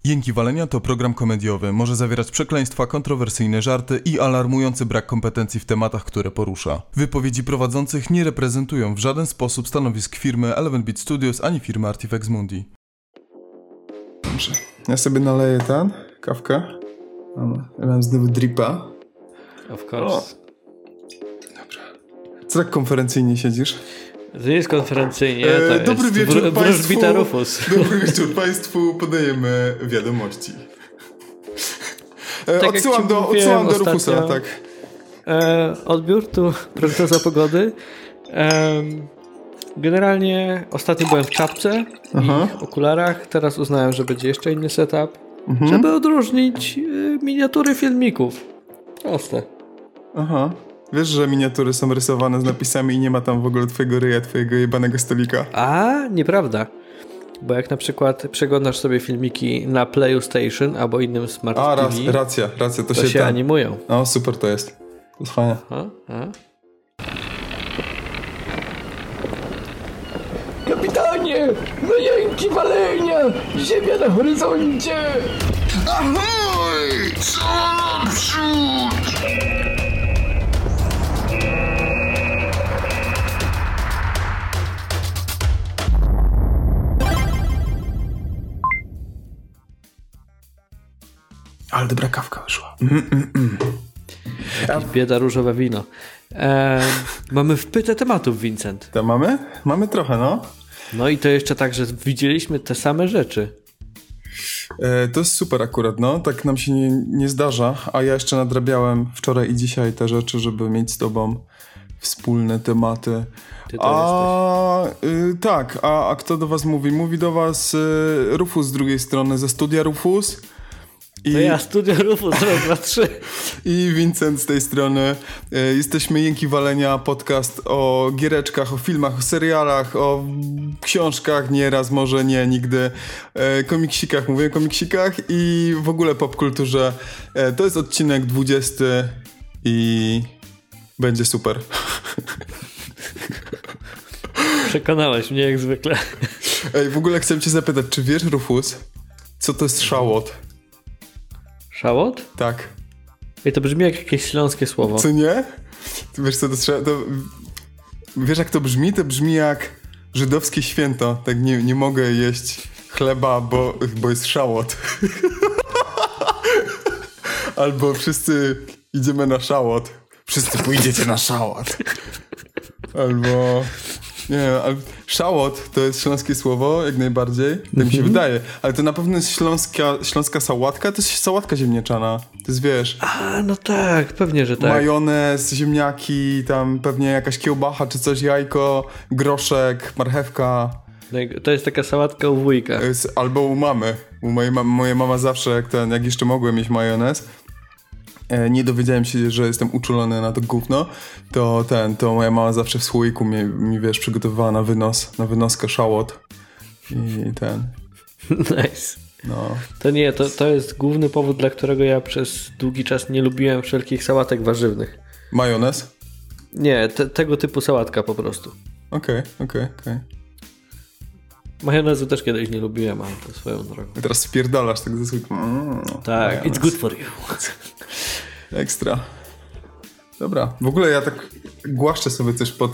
Jęki Walenia to program komediowy. Może zawierać przekleństwa, kontrowersyjne żarty i alarmujący brak kompetencji w tematach, które porusza. Wypowiedzi prowadzących nie reprezentują w żaden sposób stanowisk firmy Eleven Beat Studios ani firmy Artifex Mundi. Dobrze. Ja sobie naleję kawkę. Ja mam znowu dripa. Of course. Dobra. Co tak konferencyjnie siedzisz? To jest konferencyjnie, to dobry jest wieczór wróżbita Rufus. Dobry wieczór Państwu, podajemy wiadomości. Tak odsyłam do Rufusa, tak. Odbiór, tu prognoza pogody. Generalnie ostatnio byłem w czapce i okularach, teraz uznałem, że będzie jeszcze inny setup, żeby odróżnić miniatury filmików. Proste. Aha. Wiesz, że miniatury są rysowane z napisami i nie ma tam w ogóle twojego ryja, twojego jebanego stolika? A, nieprawda. Bo jak na przykład przeglądasz sobie filmiki na PlayStation albo innym Smart TV... Racja, to się animują. No, super to jest. To jest fajne. Kapitanie! No jęki walenia! Ziemia na horyzoncie! Ahoj! Co naprzód! Ale dobra kawka wyszła. Bieda różowe wino. Mamy wpytę tematów, Vincent. To mamy? Mamy trochę, no. No i to jeszcze tak, że widzieliśmy te same rzeczy. To jest super akurat, no. Tak nam się nie zdarza, a ja jeszcze nadrabiałem wczoraj i dzisiaj te rzeczy, żeby mieć z tobą wspólne tematy. Ty to jesteś. Tak, a kto do was mówi? Mówi do was Rufus z drugiej strony, ze studia Rufus. To ja, studio Rufus, raz, dwa, trzy. I Vincent z tej strony. Jesteśmy Jęki Walenia, podcast o giereczkach, o filmach, o serialach, o książkach, nieraz, może nie, nigdy, komiksikach, mówię o komiksikach i w ogóle popkulturze. To jest odcinek 20 i będzie super. Przekonałeś mnie jak zwykle. Ej, w ogóle chciałem cię zapytać, czy wiesz, Rufus, co to jest szałot? Szałot? Tak. Ej, to brzmi jak jakieś śląskie słowo. Co nie? Ty wiesz co to wiesz jak to brzmi? To brzmi jak żydowskie święto. Tak nie mogę jeść chleba, bo jest szałot. Albo wszyscy idziemy na szałot. Wszyscy pójdziecie na szałot. Albo... Nie, ale szałot to jest śląskie słowo, jak najbardziej, tak mi się wydaje, ale to na pewno jest śląska sałatka, to jest sałatka ziemniaczana, to jest, wiesz... A, no tak, pewnie, że tak. Majonez, ziemniaki, tam pewnie jakaś kiełbacha czy coś, jajko, groszek, marchewka. To jest taka sałatka u wujka. Albo u mamy. Moja mama zawsze, jak jeszcze mogłem mieć majonez, nie dowiedziałem się, że jestem uczulony na to gówno, to moja mama zawsze w słoiku mi wiesz, przygotowywała na wynoskę szałot i Nice. No. To nie, to jest główny powód, dla którego ja przez długi czas nie lubiłem wszelkich sałatek warzywnych. Majonez? Nie, tego typu sałatka po prostu. Okej. Majonezu też kiedyś nie lubiłem, ale to swoją drogą. I teraz spierdalasz tak ze słoiku. Tak, majonez. it's good for you. Ekstra. Dobra, w ogóle ja tak głaszczę sobie coś pod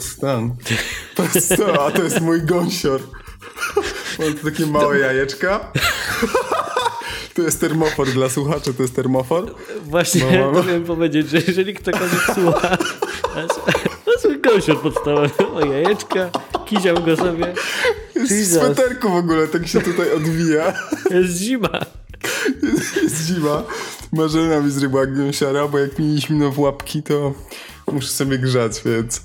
a to jest mój gąsior. Mam tu takie małe jajeczka. To jest termofor dla słuchaczy, to jest termofor. Właśnie to miałem powiedzieć, że jeżeli ktokolwiek słucha, to swój gąsior podstawowy, o jajeczka, kiziam go sobie. Jest w sweterku w ogóle, tak się tutaj odwija. Jest zima. Jest zima. Marzena mi zrobiła gąsiora, bo jak mi zimno w łapki, to muszę sobie grzać, więc...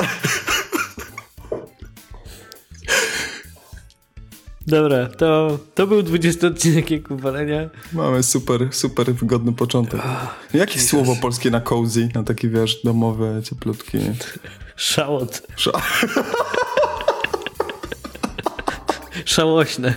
Dobra, to był 20 odcinek Jęki Walenia. Mamy super wygodny początek. Jakie słowo polskie na cozy? Na taki, wiesz, domowe, cieplutki. Szałot. Szałośne.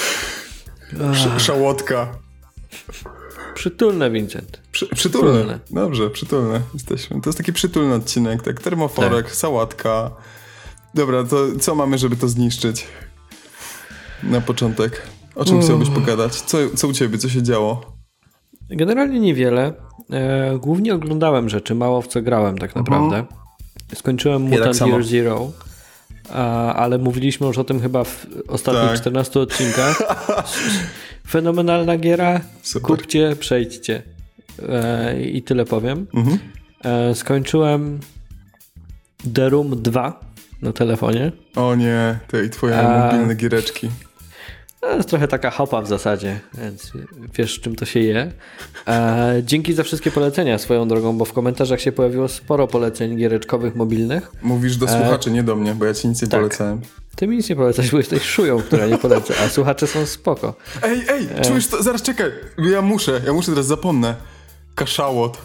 Szałotka. Przytulne, Vincent. Przytulne. Dobrze, przytulne jesteśmy. To jest taki przytulny odcinek, tak? Termoforek, sałatka. Dobra, to co mamy, żeby to zniszczyć? Na początek. O czym chciałbyś pogadać? Co u ciebie, co się działo? Generalnie niewiele. Głównie oglądałem rzeczy, mało w co grałem tak naprawdę. Skończyłem Mutant Year Zero, ale mówiliśmy już o tym chyba w ostatnich 14 odcinkach. Fenomenalna giera. Super. Kupcie, przejdźcie. I tyle powiem. Skończyłem The Room 2 na telefonie. O nie, te i twoje mobilne giereczki. To jest trochę taka hopa w zasadzie, więc wiesz, czym to się je. Dzięki za wszystkie polecenia swoją drogą, bo w komentarzach się pojawiło sporo poleceń giereczkowych, mobilnych. Mówisz do słuchaczy, nie do mnie, bo ja ci nic nie polecałem. Ty mi nic nie polecałeś, bo jesteś szują, która nie poleca, a słuchacze są spoko. Ej, czujesz to? Zaraz czekaj, ja muszę teraz zapomnę. Kaszałot.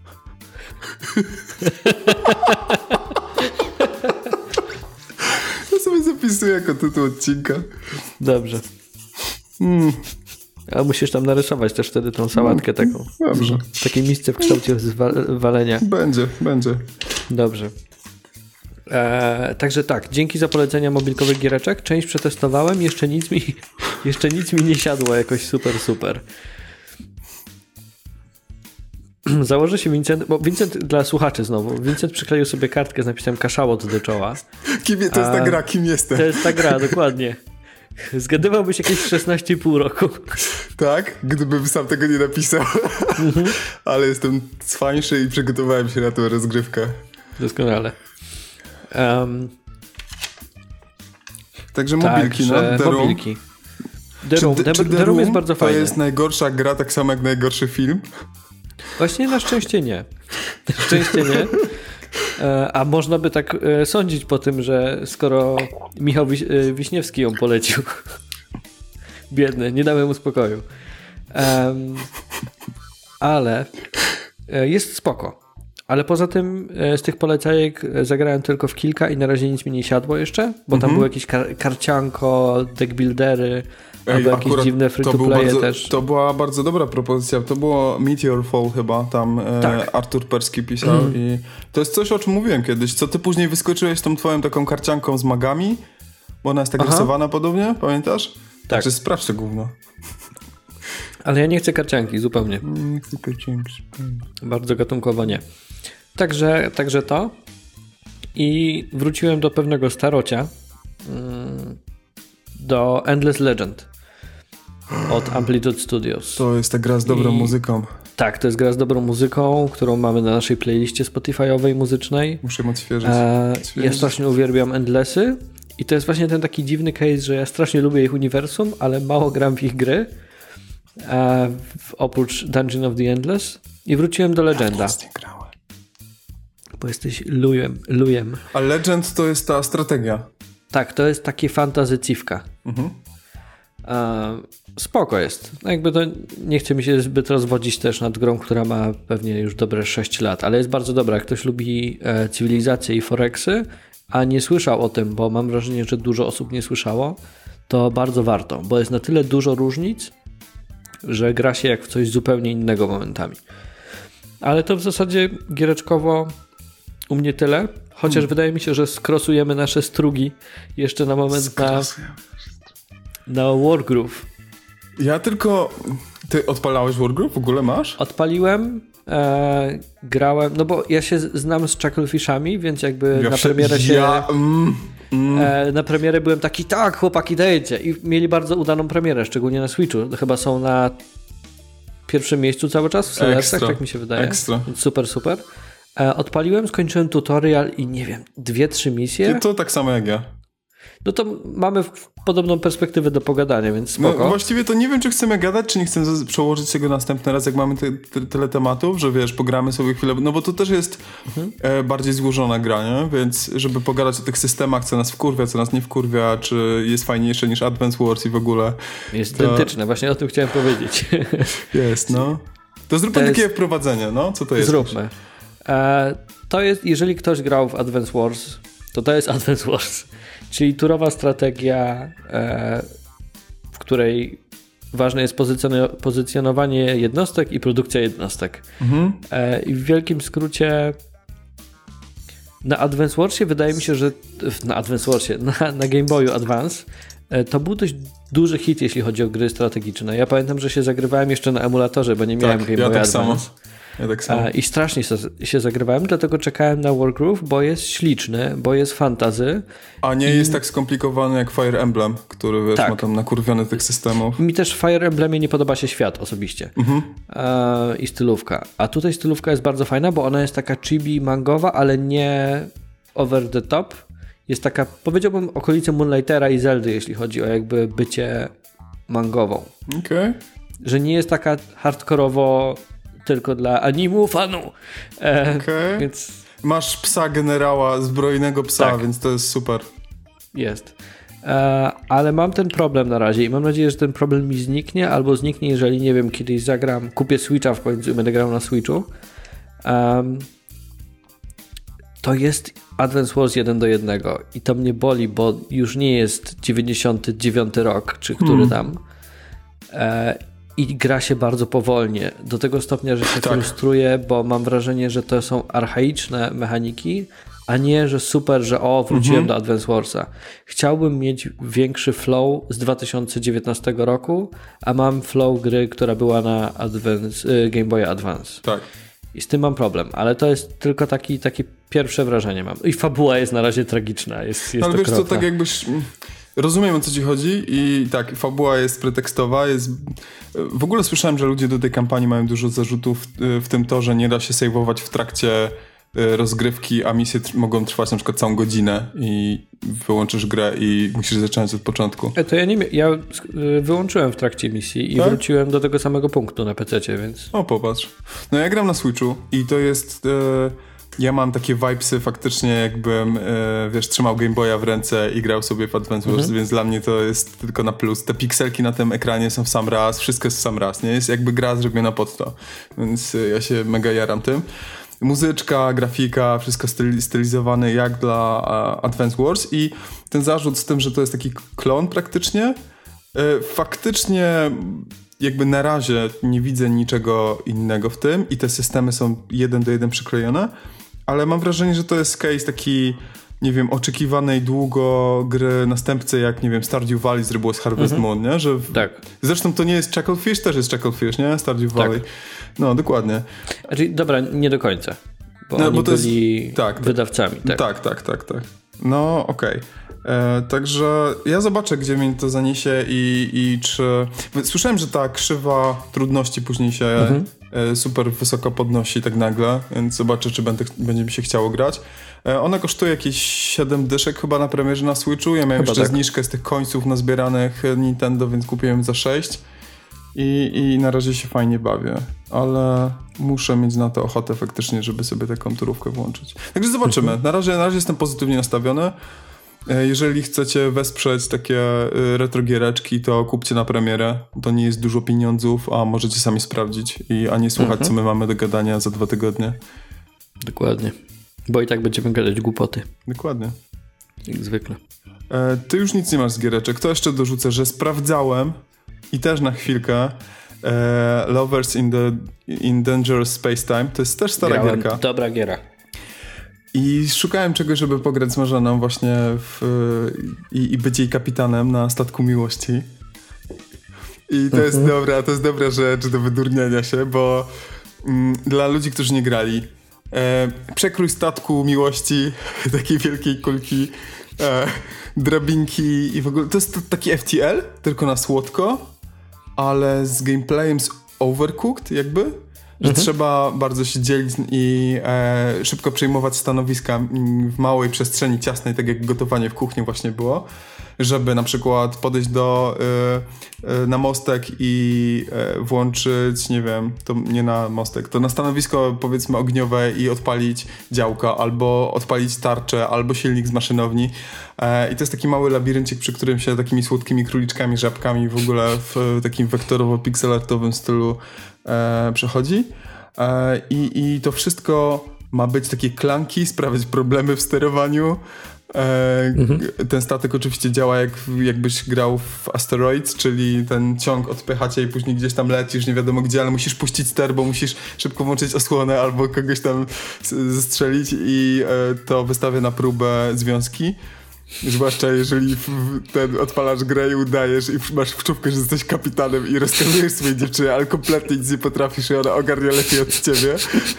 Ja sobie zapisuję jako tytuł odcinka. Dobrze. A musisz tam narysować też wtedy tą sałatkę taką. Dobrze. Takie miejsce w kształcie walenia. Będzie. Dobrze. Także tak, dzięki za polecenia mobilkowych giereczek. Część przetestowałem, jeszcze nic mi nie siadło jakoś super. Założę się Vincent, bo Vincent dla słuchaczy znowu. Vincent przykleił sobie kartkę z napisem kaszałot do czoła. To jest ta gra, kim jestem. To jest ta gra, dokładnie. Zgadywałbyś jakieś 16,5 roku. Tak? Gdybym sam tego nie napisał. Ale jestem cwańszy i przygotowałem się na tę rozgrywkę. Doskonale. Także mobilki, mobilki. The Room jest bardzo fajny. To jest najgorsza gra, tak samo jak najgorszy film? Właśnie na szczęście nie. A można by tak sądzić po tym, że skoro Michał Wiśniewski ją polecił. Biedny, nie dałem mu spokoju. Ale jest spoko. Ale poza tym z tych polecajek zagrałem tylko w kilka i na razie nic mi nie siadło jeszcze, bo tam były jakieś karcianko, deckbuildery, albo jakieś dziwne free-to-playe też. To była bardzo dobra propozycja. To było Meteor Fall chyba, tam Artur Perski pisał i to jest coś, o czym mówiłem kiedyś. Co ty później wyskoczyłeś z tą twoją taką karcianką z magami, bo ona jest tak rysowana podobnie, pamiętasz? Tak. Także sprawdź to gówno. Ale ja nie chcę karcianki, zupełnie. Nie chcę karcianki. Bardzo gatunkowo nie. Także to. I wróciłem do pewnego starocia. Do Endless Legend od Amplitude Studios. To jest ta gra z dobrą muzyką. Tak, to jest gra z dobrą muzyką, którą mamy na naszej playliście Spotify'owej muzycznej. Muszę ją odświeżyć. Ja strasznie uwielbiam Endlessy i to jest właśnie ten taki dziwny case, że ja strasznie lubię ich uniwersum, ale mało gram w ich gry. Oprócz Dungeon of the Endless. I wróciłem do Legenda. Bo jesteś lujem. A Legend to jest ta strategia. Tak, to jest takie fantazyciwka. Spoko jest. No jakby to nie chce mi się zbyt rozwodzić też nad grą, która ma pewnie już dobre 6 lat, ale jest bardzo dobra. Jak ktoś lubi cywilizację i foreksy, a nie słyszał o tym, bo mam wrażenie, że dużo osób nie słyszało, to bardzo warto, bo jest na tyle dużo różnic, że gra się jak w coś zupełnie innego momentami. Ale to w zasadzie giereczkowo u mnie tyle, chociaż wydaje mi się, że skrosujemy nasze strugi jeszcze na moment na Wargroove. Ja tylko... Ty odpalałeś Wargroove? W ogóle masz? Odpaliłem, grałem, no bo ja się znam z Chucklefishami, więc jakby na premierę na premierę byłem taki, tak chłopaki dajcie, i mieli bardzo udaną premierę, szczególnie na Switchu. Chyba są na pierwszym miejscu cały czas w selekcjach, tak mi się wydaje. Ekstra. Więc super. Odpaliłem, skończyłem tutorial i nie wiem, 2-3 misje. To tak samo jak ja. No to mamy podobną perspektywę do pogadania, więc spoko. No, właściwie to nie wiem, czy chcemy gadać, czy nie chcemy przełożyć tego następny raz, jak mamy tyle tematów, że wiesz, pogramy sobie chwilę, no bo to też jest bardziej złożona gra, nie? Więc żeby pogadać o tych systemach, co nas wkurwia, co nas nie wkurwia, czy jest fajniejsze niż Advance Wars i w ogóle. Jest identyczne, właśnie o tym chciałem powiedzieć. Jest, no. To zróbmy takie wprowadzenie, no? Co to jest? Zróbmy. To jest, jeżeli ktoś grał w Advance Wars, to jest Advance Wars. Czyli turowa strategia, w której ważne jest pozycjonowanie jednostek i produkcja jednostek. I w wielkim skrócie na Advance Warsie wydaje mi się, że na Advance Warsie, na Game Boyu Advance To był dość duży hit, jeśli chodzi o gry strategiczne. Ja pamiętam, że się zagrywałem jeszcze na emulatorze, bo nie miałem Game Boy Advance. Ja tak samo. I strasznie się zagrywałem, dlatego czekałem na Wargroove, bo jest śliczny, bo jest fantasy. A nie jest tak skomplikowany jak Fire Emblem, który wiesz, ma tam nakurwiony tych systemów. Mi też w Fire Emblemie nie podoba się świat osobiście. I stylówka. A tutaj stylówka jest bardzo fajna, bo ona jest taka chibi mangowa, ale nie over the top. Jest taka, powiedziałbym, okolice Moonlightera i Zeldy, jeśli chodzi o jakby bycie mangową. Okej. Że nie jest taka hardkorowo tylko dla animu fanu. Więc masz psa generała, zbrojnego psa, tak. Więc to jest super. Jest. Ale mam ten problem na razie i mam nadzieję, że ten problem mi zniknie, albo zniknie, jeżeli, nie wiem, kiedyś zagram, kupię Switcha w końcu i będę grał na Switchu. To jest Advance Wars 1:1 i to mnie boli, bo już nie jest 99 rok, czy który tam. I gra się bardzo powolnie. Do tego stopnia, że się frustruję, bo mam wrażenie, że to są archaiczne mechaniki, a nie, że super, że wróciłem do Advance Warsa. Chciałbym mieć większy flow z 2019 roku, a mam flow gry, która była na Game Boy Advance. Tak. I z tym mam problem, ale to jest tylko takie pierwsze wrażenie mam. I fabuła jest na razie tragiczna. Jest ale wiesz co, okropna. tak jakbyś... Rozumiem, o co ci chodzi i tak, fabuła jest pretekstowa, w ogóle słyszałem, że ludzie do tej kampanii mają dużo zarzutów, w tym to, że nie da się save'ować w trakcie rozgrywki, a misje mogą trwać na przykład całą godzinę i wyłączysz grę i musisz zaczynać od początku. To ja wyłączyłem w trakcie misji i wróciłem do tego samego punktu na PC-cie, więc... O, popatrz. No ja gram na Switchu i to jest... Ja mam takie vibesy faktycznie, jakbym, wiesz, trzymał Game Boya w ręce i grał sobie w Advance Wars, więc dla mnie to jest tylko na plus. Te pikselki na tym ekranie są w sam raz, wszystko jest w sam raz, nie? Jest jakby gra zrobiona pod to, więc ja się mega jaram tym. Muzyczka, grafika, wszystko stylizowane jak dla Advance Wars i ten zarzut z tym, że to jest taki klon praktycznie, faktycznie jakby na razie nie widzę niczego innego w tym i te systemy są 1:1 przyklejone, ale mam wrażenie, że to jest case taki, nie wiem, oczekiwanej długo gry następcy, jak, nie wiem, Stardew Valley zrobiło z Harvest Moon, nie? Że zresztą to nie jest Chucklefish, też jest Chucklefish, nie? Stardew Valley. No, dokładnie. Znaczy, dobra, nie do końca, bo oni byli wydawcami. Tak. No, okej. Także ja zobaczę, gdzie mnie to zaniesie i czy... Słyszałem, że ta krzywa trudności później się super wysoko podnosi tak nagle, więc zobaczę, czy będzie mi się chciało grać. Ona kosztuje jakieś 7 dyszek chyba na premierze na Switchu. Ja miałem jeszcze zniżkę z tych końców nazbieranych Nintendo, więc kupiłem za 6 i na razie się fajnie bawię, ale muszę mieć na to ochotę faktycznie, żeby sobie tę konturówkę włączyć. Także zobaczymy. Na razie jestem pozytywnie nastawiony. Jeżeli chcecie wesprzeć takie retro giereczki, to kupcie na premierę. To nie jest dużo pieniądzów, a możecie sami sprawdzić a nie słuchać, co my mamy do gadania za 2 tygodnie. Dokładnie. Bo i tak będziemy gadać głupoty. Dokładnie. Jak zwykle. Ty już nic nie masz z giereczek. To jeszcze dorzucę, że sprawdzałem i też na chwilkę Lovers in Dangerous Space-Time. To jest też stara gierka. Dobra giera. I szukałem czegoś, żeby pograć z Marzaną właśnie i być jej kapitanem na statku miłości. I to jest dobra rzecz do wydurniania się, bo dla ludzi, którzy nie grali, przekrój statku miłości, takiej wielkiej kulki, drabinki i w ogóle, to jest taki FTL, tylko na słodko, ale z gameplayem z Overcooked jakby. Że trzeba bardzo się dzielić i szybko przejmować stanowiska w małej przestrzeni ciasnej, tak jak gotowanie w kuchni właśnie było, żeby na przykład podejść na mostek i włączyć, nie wiem, to nie na mostek, to na stanowisko powiedzmy ogniowe i odpalić działka, albo odpalić tarczę, albo silnik z maszynowni. I to jest taki mały labiryncik, przy którym się takimi słodkimi króliczkami, żabkami w ogóle w takim wektorowo-pixelartowym stylu przechodzi. I to wszystko ma być takie klanki, sprawiać problemy w sterowaniu. Ten statek oczywiście działa jakbyś grał w Asteroids, czyli ten ciąg odpycha cię i później gdzieś tam lecisz, nie wiadomo gdzie, ale musisz puścić ster, bo musisz szybko włączyć osłonę albo kogoś tam zestrzelić i to wystawia na próbę związki. Zwłaszcza jeżeli odpalasz grę i udajesz i masz wczówkę, że jesteś kapitanem i rozkazujesz swojej dziewczynie, ale kompletnie nic nie potrafisz i ona ogarnia lepiej od ciebie.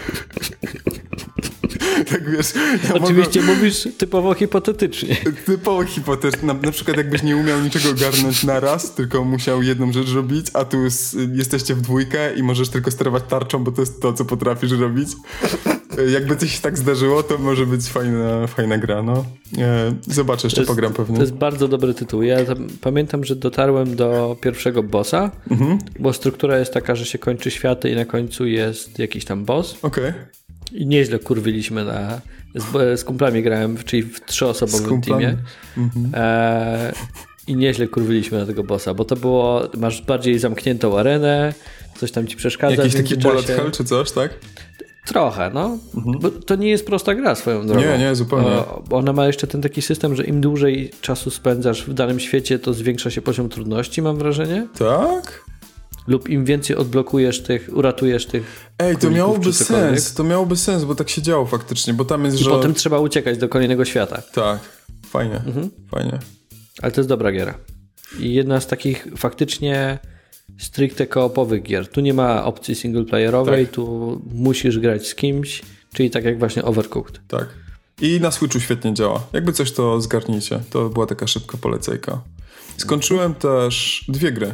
Tak wiesz... Oczywiście mówisz typowo hipotetycznie. Typowo hipotetycznie. Na przykład jakbyś nie umiał niczego ogarnąć naraz, tylko musiał jedną rzecz robić, a tu jesteście w dwójkę i możesz tylko sterować tarczą, bo to jest to, co potrafisz robić. Jakby coś się tak zdarzyło, to może być fajna gra, no. Zobaczę, jeszcze pogram pewnie. To jest bardzo dobry tytuł. Ja pamiętam, że dotarłem do pierwszego bossa, bo struktura jest taka, że się kończy światy i na końcu jest jakiś tam boss. Okej. I nieźle kurwiliśmy z kumplami grałem, czyli w 3-osobowym teamie. I nieźle kurwiliśmy na tego bossa, bo to było, masz bardziej zamkniętą arenę, coś tam ci przeszkadza. Jakiś taki bullet hell czy coś, tak? Trochę, no. Bo to nie jest prosta gra swoją drogą. Nie, zupełnie. Ona ma jeszcze ten taki system, że im dłużej czasu spędzasz w danym świecie, to zwiększa się poziom trudności, mam wrażenie. Tak? Lub im więcej odblokujesz uratujesz tych to miałoby sens, bo tak się działo faktycznie, bo tam jest, I potem trzeba uciekać do kolejnego świata. Tak, fajnie, fajnie. Ale to jest dobra giera. I jedna z takich faktycznie stricte koopowych gier. Tu nie ma opcji singleplayerowej, tu musisz grać z kimś, czyli tak jak właśnie Overcooked. Tak. I na Switchu świetnie działa. Jakby coś, to zgarnijcie. To była taka szybka polecajka. Skończyłem też 2 gry.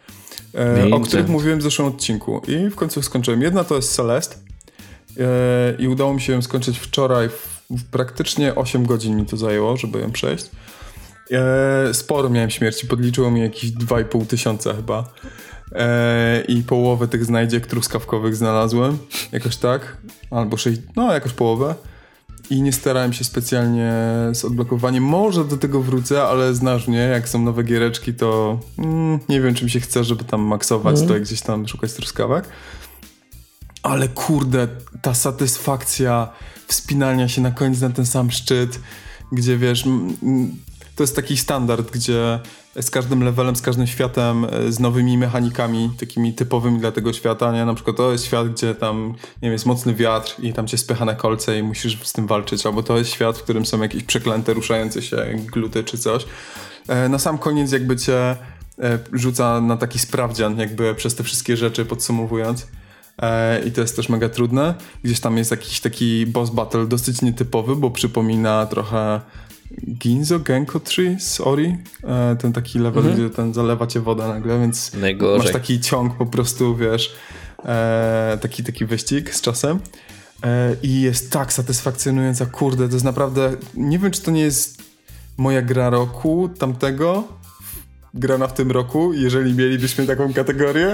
O których mówiłem w zeszłym odcinku i w końcu skończyłem. Jedna to jest Celeste i udało mi się ją skończyć wczoraj. Praktycznie 8 godzin mi to zajęło, żeby ją przejść. Sporo miałem śmierci, podliczyło mi jakieś 2,5 tysiąca chyba. I połowę tych znajdziek truskawkowych znalazłem. Jakoś tak. Albo 6, no jakoś połowę. I nie starałem się specjalnie z odblokowaniem. Może do tego wrócę, ale znasz mnie, jak są nowe giereczki, to nie wiem, czy mi się chce, żeby tam maksować to i gdzieś tam szukać truskawek. Ale kurde, ta satysfakcja wspinania się na koniec na ten sam szczyt, gdzie wiesz, to jest taki standard, gdzie z każdym levelem, z każdym światem, z nowymi mechanikami, takimi typowymi dla tego świata, nie? Na przykład to jest świat, gdzie tam, nie wiem, jest mocny wiatr i tam cię spycha na kolce i musisz z tym walczyć, albo to jest świat, w którym są jakieś przeklęte, ruszające się gluty czy coś. Na sam koniec jakby cię rzuca na taki sprawdzian, jakby przez te wszystkie rzeczy podsumowując. I to jest też mega trudne. Gdzieś tam jest jakiś taki boss battle dosyć nietypowy, bo przypomina trochę Ginzo Genko 3 z Ori. Ten taki level, gdzie ten zalewa cię woda nagle, więc masz taki ciąg po prostu, wiesz, taki wyścig z czasem. I jest tak satysfakcjonująca, kurde, to jest naprawdę, nie wiem, czy to nie jest moja gra roku tamtego, grana w tym roku, jeżeli mielibyśmy taką kategorię.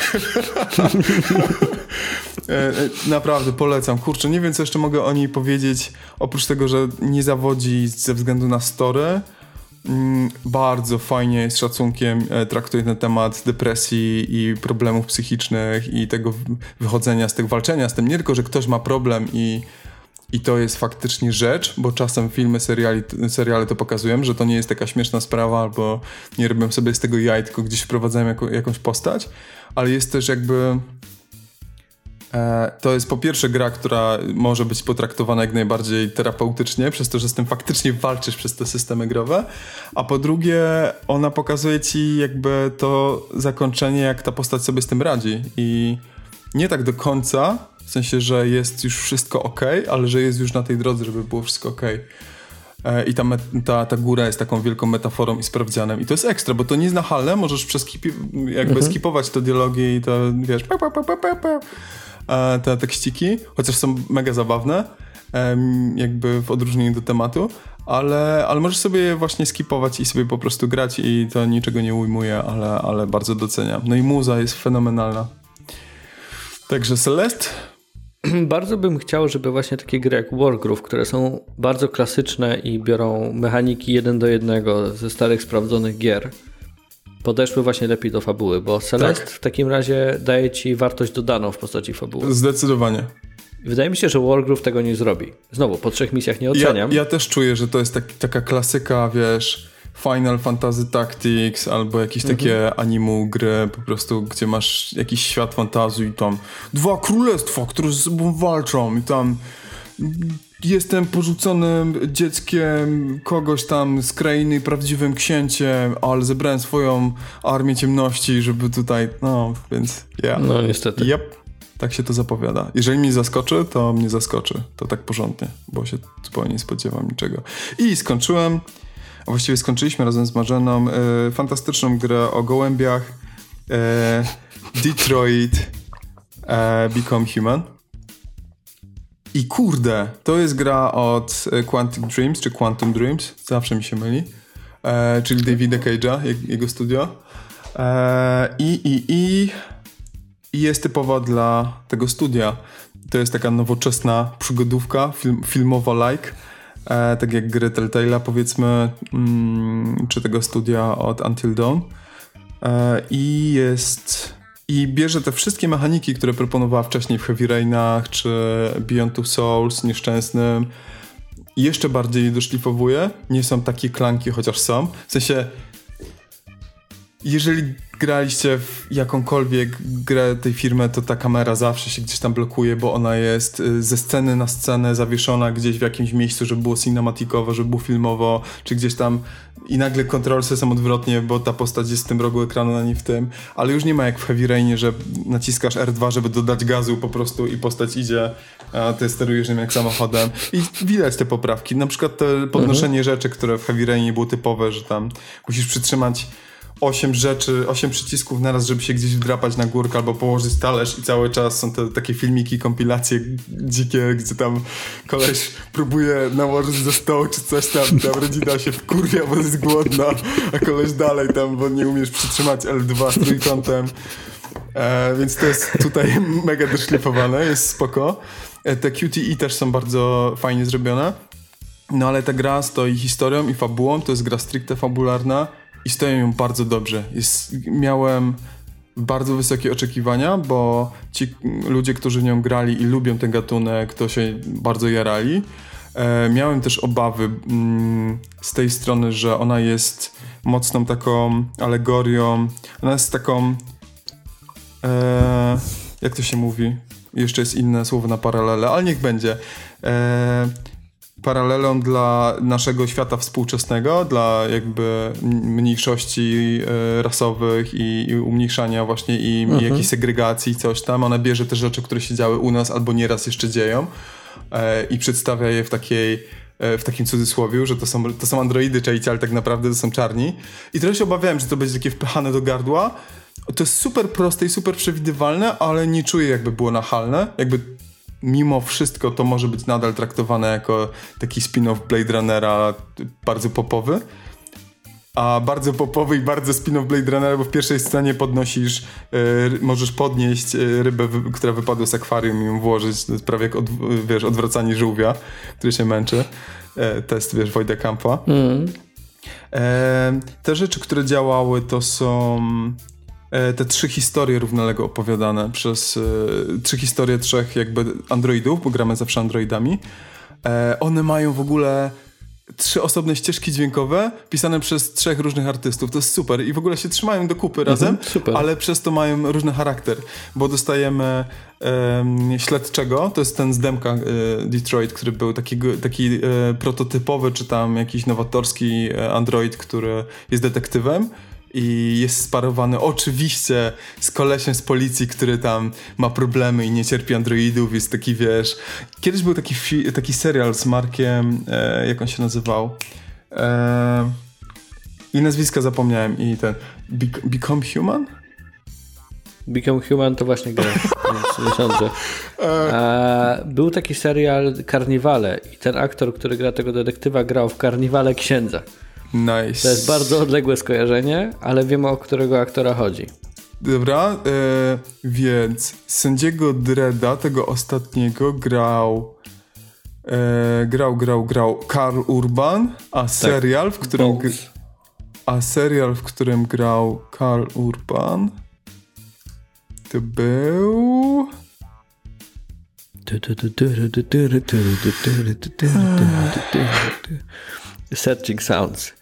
Naprawdę polecam. Kurczę, nie wiem, co jeszcze mogę o niej powiedzieć, oprócz tego, że nie zawodzi ze względu na story. Bardzo fajnie, z szacunkiem traktuje ten temat depresji i problemów psychicznych i tego wychodzenia z tych, walczenia z tym. Nie tylko, że ktoś ma problem i to jest faktycznie rzecz, bo czasem filmy, seriale to pokazują, że to nie jest taka śmieszna sprawa, albo nie robią sobie z tego jaj, tylko gdzieś wprowadzają jakąś postać, ale jest też jakby... To jest po pierwsze gra, która może być potraktowana jak najbardziej terapeutycznie, przez to, że z tym faktycznie walczysz przez te systemy growe, a po drugie ona pokazuje ci jakby to zakończenie, jak ta postać sobie z tym radzi i nie tak do końca, w sensie, że jest już wszystko okej, ale że jest już na tej drodze, żeby było wszystko okej. I ta góra jest taką wielką metaforą i sprawdzianem. I to jest ekstra, bo to nie jest nachalne, możesz skipować te dialogi i to, wiesz, te tekściki, chociaż są mega zabawne, jakby w odróżnieniu do tematu, ale możesz sobie je właśnie skipować i sobie po prostu grać i to niczego nie ujmuje, ale bardzo doceniam. No i muza jest fenomenalna. Także Celeste. Bardzo bym chciał, żeby właśnie takie gry jak Wargroove, które są bardzo klasyczne i biorą mechaniki 1:1 ze starych, sprawdzonych gier, podeszły właśnie lepiej do fabuły, bo Celeste w takim razie daje ci wartość dodaną w postaci fabuły. Zdecydowanie. Wydaje mi się, że Wargroove tego nie zrobi. Znowu, po 3 misjach nie oceniam. Ja też czuję, że to jest taka klasyka, wiesz, Final Fantasy Tactics albo jakieś takie animu gry po prostu, gdzie masz jakiś świat fantazji i tam 2 królestwa, które ze sobą walczą i tam jestem porzuconym dzieckiem kogoś tam z krainy, prawdziwym księciem, ale zebrałem swoją armię ciemności, żeby tutaj, no, więc No niestety. Yep, tak się to zapowiada. Jeżeli mnie zaskoczy, to mnie zaskoczy. To tak porządnie, bo się zupełnie nie spodziewam niczego. I skończyłem, a właściwie skończyliśmy razem z Marzeną fantastyczną grę o gołębiach Detroit Become Human. I kurde, to jest gra od Quantic Dreams, czy Quantum Dreams, zawsze mi się myli, czyli Davida Cage'a, jego studio. I jest typowa dla tego studia. To jest taka nowoczesna przygodówka, filmowa-like, tak jak gry Telltale'a, powiedzmy, czy tego studia od Until Dawn. I bierze te wszystkie mechaniki, które proponowała wcześniej w Heavy Rainach, czy Beyond Two Souls, Nieszczęsnym. Jeszcze bardziej je doszlifowuje. Nie są takie klanki, chociaż są. W sensie, jeżeli graliście w jakąkolwiek grę tej firmy, to ta kamera zawsze się gdzieś tam blokuje, bo ona jest ze sceny na scenę zawieszona gdzieś w jakimś miejscu, żeby było cinematikowo, żeby było filmowo, czy gdzieś tam i nagle kontrolsy są odwrotnie, bo ta postać jest w tym rogu ekranu, a nie w tym. Ale już nie ma jak w Heavy Rainie, że naciskasz R2, żeby dodać gazu po prostu i postać idzie, a ty sterujesz nim jak samochodem. I widać te poprawki. Na przykład te podnoszenie rzeczy, które w Heavy Rainie było typowe, że tam musisz przytrzymać 8 przycisków naraz, żeby się gdzieś wdrapać na górkę albo położyć talerz i cały czas są te takie filmiki, kompilacje dzikie, gdzie tam koleś próbuje nałożyć ze stołu czy coś tam rodzina się wkurwia, bo jest głodna, a koleś dalej tam, bo nie umiesz przytrzymać L2 z trójkątem. Więc to jest tutaj mega doszlifowane, jest spoko. Te QTE też są bardzo fajnie zrobione. No ale ta gra stoi historią i fabułą, to jest gra stricte fabularna. I stoją ją bardzo dobrze. Miałem bardzo wysokie oczekiwania, bo ci ludzie, którzy w nią grali i lubią ten gatunek, to się bardzo jarali. Miałem też obawy z tej strony, że ona jest mocną taką alegorią. Ona jest taką... jak to się mówi? Jeszcze jest inne słowo na paralele, ale niech będzie. Paralelą dla naszego świata współczesnego, dla jakby mniejszości rasowych i umniejszania właśnie i jakiejś segregacji, coś tam. Ona bierze te rzeczy, które się działy u nas albo nieraz jeszcze dzieją i przedstawia je w takim cudzysłowiu, że to są androidy, czajcie, ale tak naprawdę to są czarni. I trochę się obawiałem, że to będzie takie wpychane do gardła. To jest super proste i super przewidywalne, ale nie czuję, jakby było nachalne. Jakby mimo wszystko to może być nadal traktowane jako taki spin-off Blade Runnera, bardzo popowy. A bardzo popowy i bardzo spin-off Blade Runnera, bo w pierwszej scenie możesz podnieść rybę, która wypadła z akwarium i ją włożyć. To jest prawie jak odwracanie żółwia, który się męczy. Test, Wojda Kampa. Te rzeczy, które działały, to są... te 3 historie równolegle opowiadane przez 3 historie 3 jakby androidów, bo gramy zawsze androidami. One mają w ogóle 3 osobne ścieżki dźwiękowe pisane przez 3 różnych artystów. To jest super i w ogóle się trzymają do kupy razem, ale przez to mają różny charakter, bo dostajemy śledczego, to jest ten z demka Detroit, który był taki prototypowy, czy tam jakiś nowatorski android, który jest detektywem. I jest sparowany oczywiście z kolesiem z policji, który tam ma problemy i nie cierpi androidów. Jest taki, wiesz... Kiedyś był taki serial z Markiem... jak on się nazywał? I nazwiska zapomniałem. I ten... Become Human? Become Human to właśnie gra. Nie sądzę. Był taki serial Karniwale i ten aktor, który gra tego detektywa, grał w Karniwale Księdza. Nice. To jest bardzo odległe skojarzenie, ale wiemy, o którego aktora chodzi. Dobra, więc sędziego Dredda, tego ostatniego, grał Karl Urban, a serial, w którym grał Karl Urban, to był... Searching Sounds.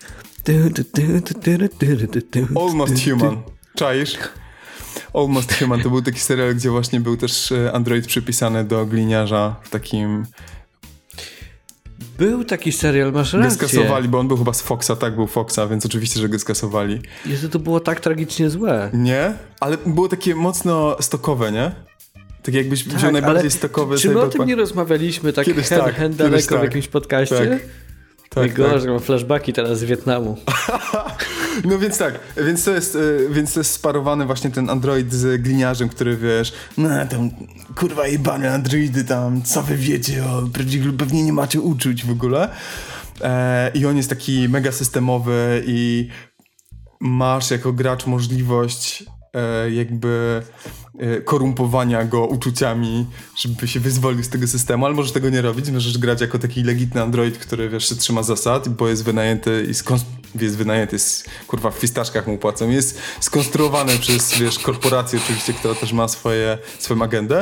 Almost Human. Czaisz? Almost Human to był taki serial, gdzie właśnie był też android przypisany do gliniarza w takim Był taki serial, masz Go rację. skasowali, bo on był chyba z Foxa, tak, był Foxa, więc oczywiście, że go skasowali. Jezu, to było tak tragicznie złe. Nie? Ale było takie mocno stokowe, nie? Tak jakbyś wziął najbardziej stokowe... Czy my o tym nie rozmawialiśmy tak Kiedyś daleko w jakimś podcaście? Tak. Gorzej, mam flashbacki teraz z Wietnamu. No więc tak, więc to jest sparowany właśnie ten android z gliniarzem, który wiesz, no tam kurwa jebane androidy tam, co wy wiecie o prawdziwych, pewnie nie macie uczuć w ogóle. I on jest taki mega systemowy i masz jako gracz możliwość jakby korumpowania go uczuciami, żeby się wyzwolił z tego systemu, ale możesz tego nie robić, możesz grać jako taki legitny android, który wiesz, się trzyma zasad, bo jest wynajęty jest kurwa w fistaszkach mu płacą, jest skonstruowany przez wiesz, korporację oczywiście, która też ma swoją agendę.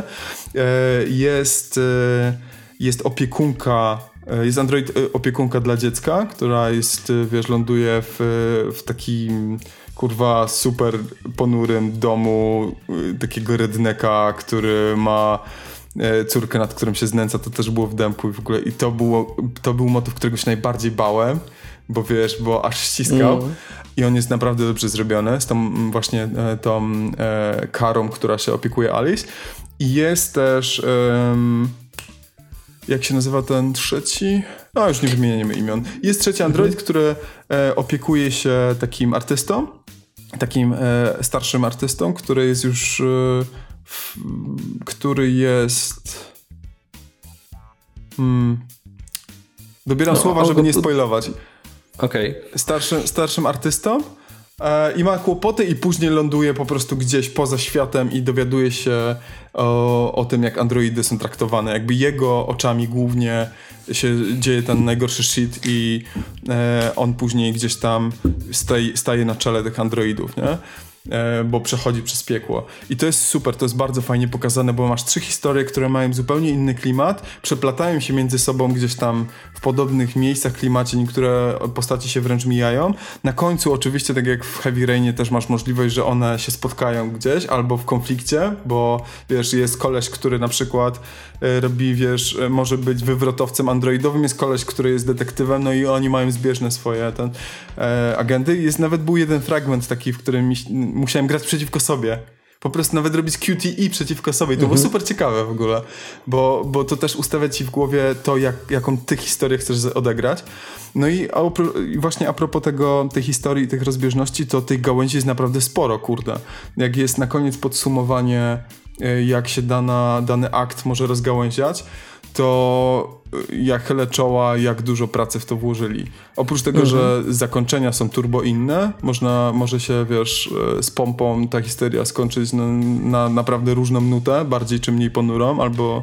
Jest opiekunka, jest android opiekunka dla dziecka, która jest, wiesz, ląduje w takim kurwa super ponurym domu takiego rednecka, który ma córkę, nad którą się znęca, to też było w demku i w ogóle i to był motyw, którego się najbardziej bałem, bo wiesz, bo aż ściskał i on jest naprawdę dobrze zrobiony z tą właśnie tą Karą, która się opiekuje Alice i jest też jak się nazywa ten trzeci? No już nie wymieniamy imion. Jest trzeci android, który opiekuje się takim artystą, takim starszym artystą, który jest już który jest dobieram słowa, żeby nie spoilować. Okej. Starszym artystą i ma kłopoty i później ląduje po prostu gdzieś poza światem i dowiaduje się o tym, jak androidy są traktowane. Jakby jego oczami głównie się dzieje ten najgorszy shit i on później gdzieś tam staje na czele tych androidów, nie? Bo przechodzi przez piekło. I to jest super, to jest bardzo fajnie pokazane, bo masz 3 historie, które mają zupełnie inny klimat, przeplatają się między sobą gdzieś tam w podobnych miejscach, klimacie, niektóre postacie się wręcz mijają. Na końcu oczywiście, tak jak w Heavy Rainie też masz możliwość, że one się spotkają gdzieś albo w konflikcie, bo wiesz, jest koleś, który na przykład robi, wiesz, może być wywrotowcem androidowym, jest koleś, który jest detektywem, no i oni mają zbieżne swoje agendy. Nawet był jeden fragment taki, w którym musiałem grać przeciwko sobie. Po prostu nawet robić QTE przeciwko sobie. I to było super ciekawe w ogóle, bo to też ustawia ci w głowie to, jaką ty historię chcesz odegrać. No i właśnie a propos tej historii i tych rozbieżności, to tych gałęzi jest naprawdę sporo, kurde. Jak jest na koniec podsumowanie, jak się dany akt może rozgałęziać, to ja chylę czoła, jak dużo pracy w to włożyli. Oprócz tego, że zakończenia są turbo inne, może się, wiesz, z pompą ta historia skończyć na naprawdę różną nutę, bardziej czy mniej ponurą, albo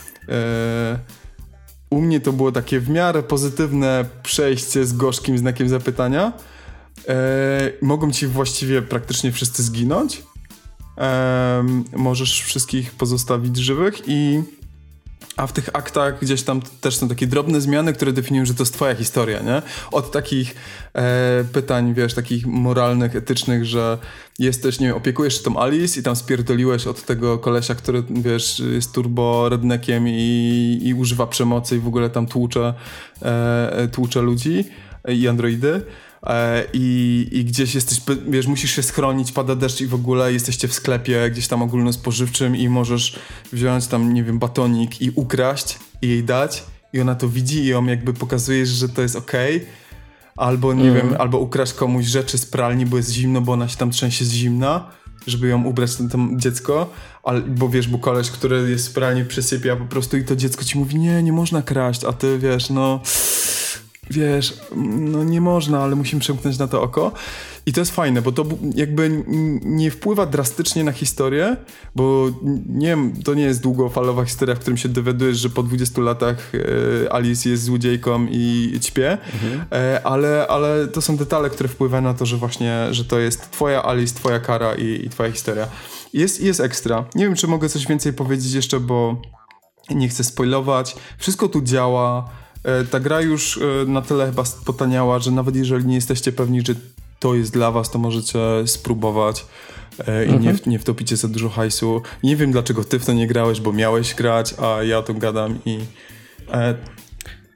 u mnie to było takie w miarę pozytywne przejście z gorzkim znakiem zapytania. Mogą ci właściwie praktycznie wszyscy zginąć. Możesz wszystkich pozostawić żywych a w tych aktach gdzieś tam też są takie drobne zmiany, które definiują, że to jest twoja historia, nie? Od takich pytań, wiesz, takich moralnych, etycznych, że jesteś, nie wiem, opiekujesz się tą Alice i tam spierdoliłeś od tego kolesia, który, wiesz, jest turbo redneckiem i używa przemocy i w ogóle tam tłucze ludzi i androidy. I gdzieś jesteś, wiesz, musisz się schronić, pada deszcz i w ogóle jesteście w sklepie gdzieś tam ogólnospożywczym i możesz wziąć tam, nie wiem, batonik i ukraść i jej dać i ona to widzi i ją jakby pokazujesz, że to jest okej. Albo, nie wiem, albo ukraść komuś rzeczy z pralni, bo jest zimno, bo ona się tam trzęsie z zimna, żeby ją ubrać tam dziecko, bo wiesz, bo koleś, który jest w pralni, przysypia po prostu i to dziecko ci mówi, nie można kraść, a ty wiesz, wiesz, no nie można, ale musimy przemknąć na to oko. I to jest fajne, bo to jakby nie wpływa drastycznie na historię, bo to nie jest długofalowa historia, w którym się dowiadujesz, że po 20 latach Alice jest złodziejką i ćpie, ale to są detale, które wpływają na to, że właśnie, że to jest twoja Alice, twoja Kara i twoja historia. Jest ekstra. Nie wiem, czy mogę coś więcej powiedzieć jeszcze, bo nie chcę spoilować. Wszystko tu działa. Ta gra już na tyle chyba potaniała, że nawet jeżeli nie jesteście pewni, że to jest dla was, to możecie spróbować i nie wtopicie za dużo hajsu. Nie wiem, dlaczego ty w to nie grałeś, bo miałeś grać, a ja o tym gadam i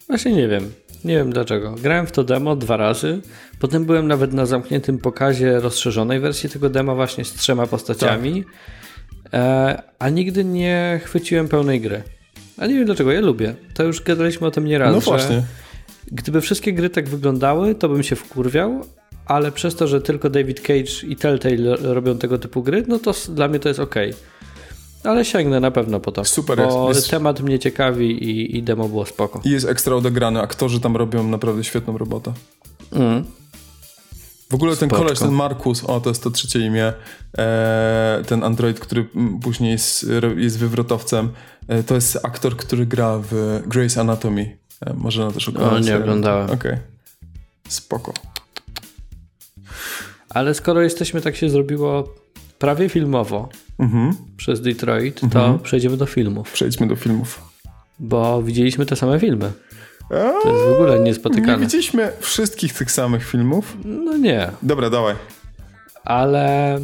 Właśnie nie wiem. Nie wiem dlaczego. Grałem w to demo 2 razy. Potem byłem nawet na zamkniętym pokazie rozszerzonej wersji tego dema właśnie z 3 postaciami. A nigdy nie chwyciłem pełnej gry. A nie wiem dlaczego. Ja lubię. To już gadaliśmy o tym nieraz. No właśnie. Gdyby wszystkie gry tak wyglądały, to bym się wkurwiał, ale przez to, że tylko David Cage i Telltale robią tego typu gry, no to dla mnie to jest okej. Ale sięgnę na pewno po to. Super. Bo temat mnie ciekawi i demo było spoko. I jest ekstra odegrane. Aktorzy tam robią naprawdę świetną robotę. W ogóle ten koleś, ten Markus, to jest to 3 imię, ten android, który później jest wywrotowcem, to jest aktor, który gra w Grey's Anatomy. Może też oglądać. Nie oglądałem. Okej. Spoko. Ale skoro jesteśmy, tak się zrobiło prawie filmowo przez Detroit, to przejdziemy do filmów. Przejdźmy do filmów. Bo widzieliśmy te same filmy. To jest w ogóle niespotykane. Nie widzieliśmy wszystkich tych samych filmów? No nie. Dobra, dawaj. Ale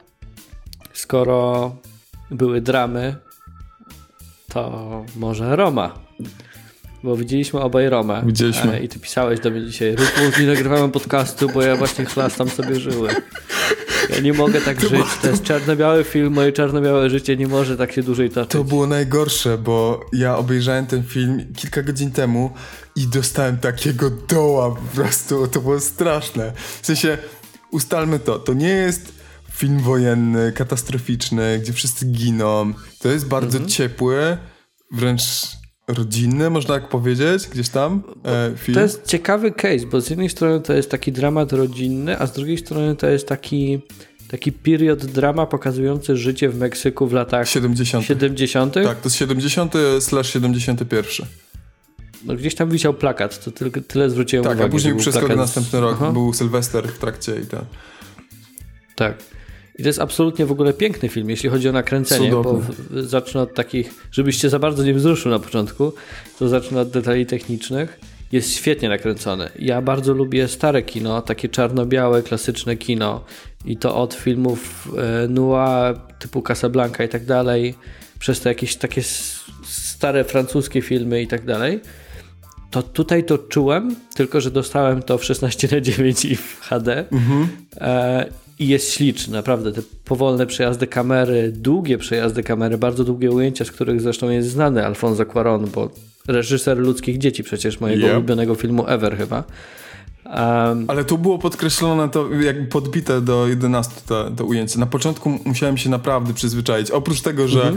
skoro były dramy, to może Roma. Bo widzieliśmy obaj Romę. Widzieliśmy. I ty pisałeś do mnie dzisiaj: Rufus, nie nagrywamy podcastu, bo ja właśnie chlastam sobie żyły. Ja nie mogę tak żyć. To jest czarno-biały film, moje czarno-białe życie nie może tak się dłużej toczyć. To było najgorsze, bo ja obejrzałem ten film kilka godzin temu i dostałem takiego doła po prostu. To było straszne. W sensie, ustalmy to nie jest film wojenny, katastroficzny, gdzie wszyscy giną. To jest bardzo ciepły, wręcz rodzinny, można tak powiedzieć, gdzieś tam film. To jest ciekawy case, bo z jednej strony to jest taki dramat rodzinny, a z drugiej strony to jest taki period drama pokazujący życie w Meksyku w latach 70. Tak, to jest 70/71. No gdzieś tam wisiał plakat, to tyle zwróciłem uwagę. Tak, a później przeskok następny rok. Aha. Był Sylwester w trakcie i tak. Tak. I to jest absolutnie w ogóle piękny film, jeśli chodzi o nakręcenie, cudowny. bo zacznę od takich, żebyście za bardzo nie wzruszył na początku, to zacznę od detali technicznych. Jest świetnie nakręcony. Ja bardzo lubię stare kino, takie czarno-białe, klasyczne kino i to od filmów noir typu Casablanca i tak dalej, przez te jakieś takie stare francuskie filmy i tak dalej. To tutaj to czułem, tylko że dostałem to w 16:9 i w HD. I jest śliczny, naprawdę. Te powolne przejazdy kamery, długie przejazdy kamery, bardzo długie ujęcia, z których zresztą jest znany Alfonso Cuarón, bo reżyser Ludzkich dzieci przecież, mojego ulubionego filmu ever chyba. Ale tu było podkreślone to, jakby podbite do 11 to ujęcie. Na początku musiałem się naprawdę przyzwyczaić. Oprócz tego, że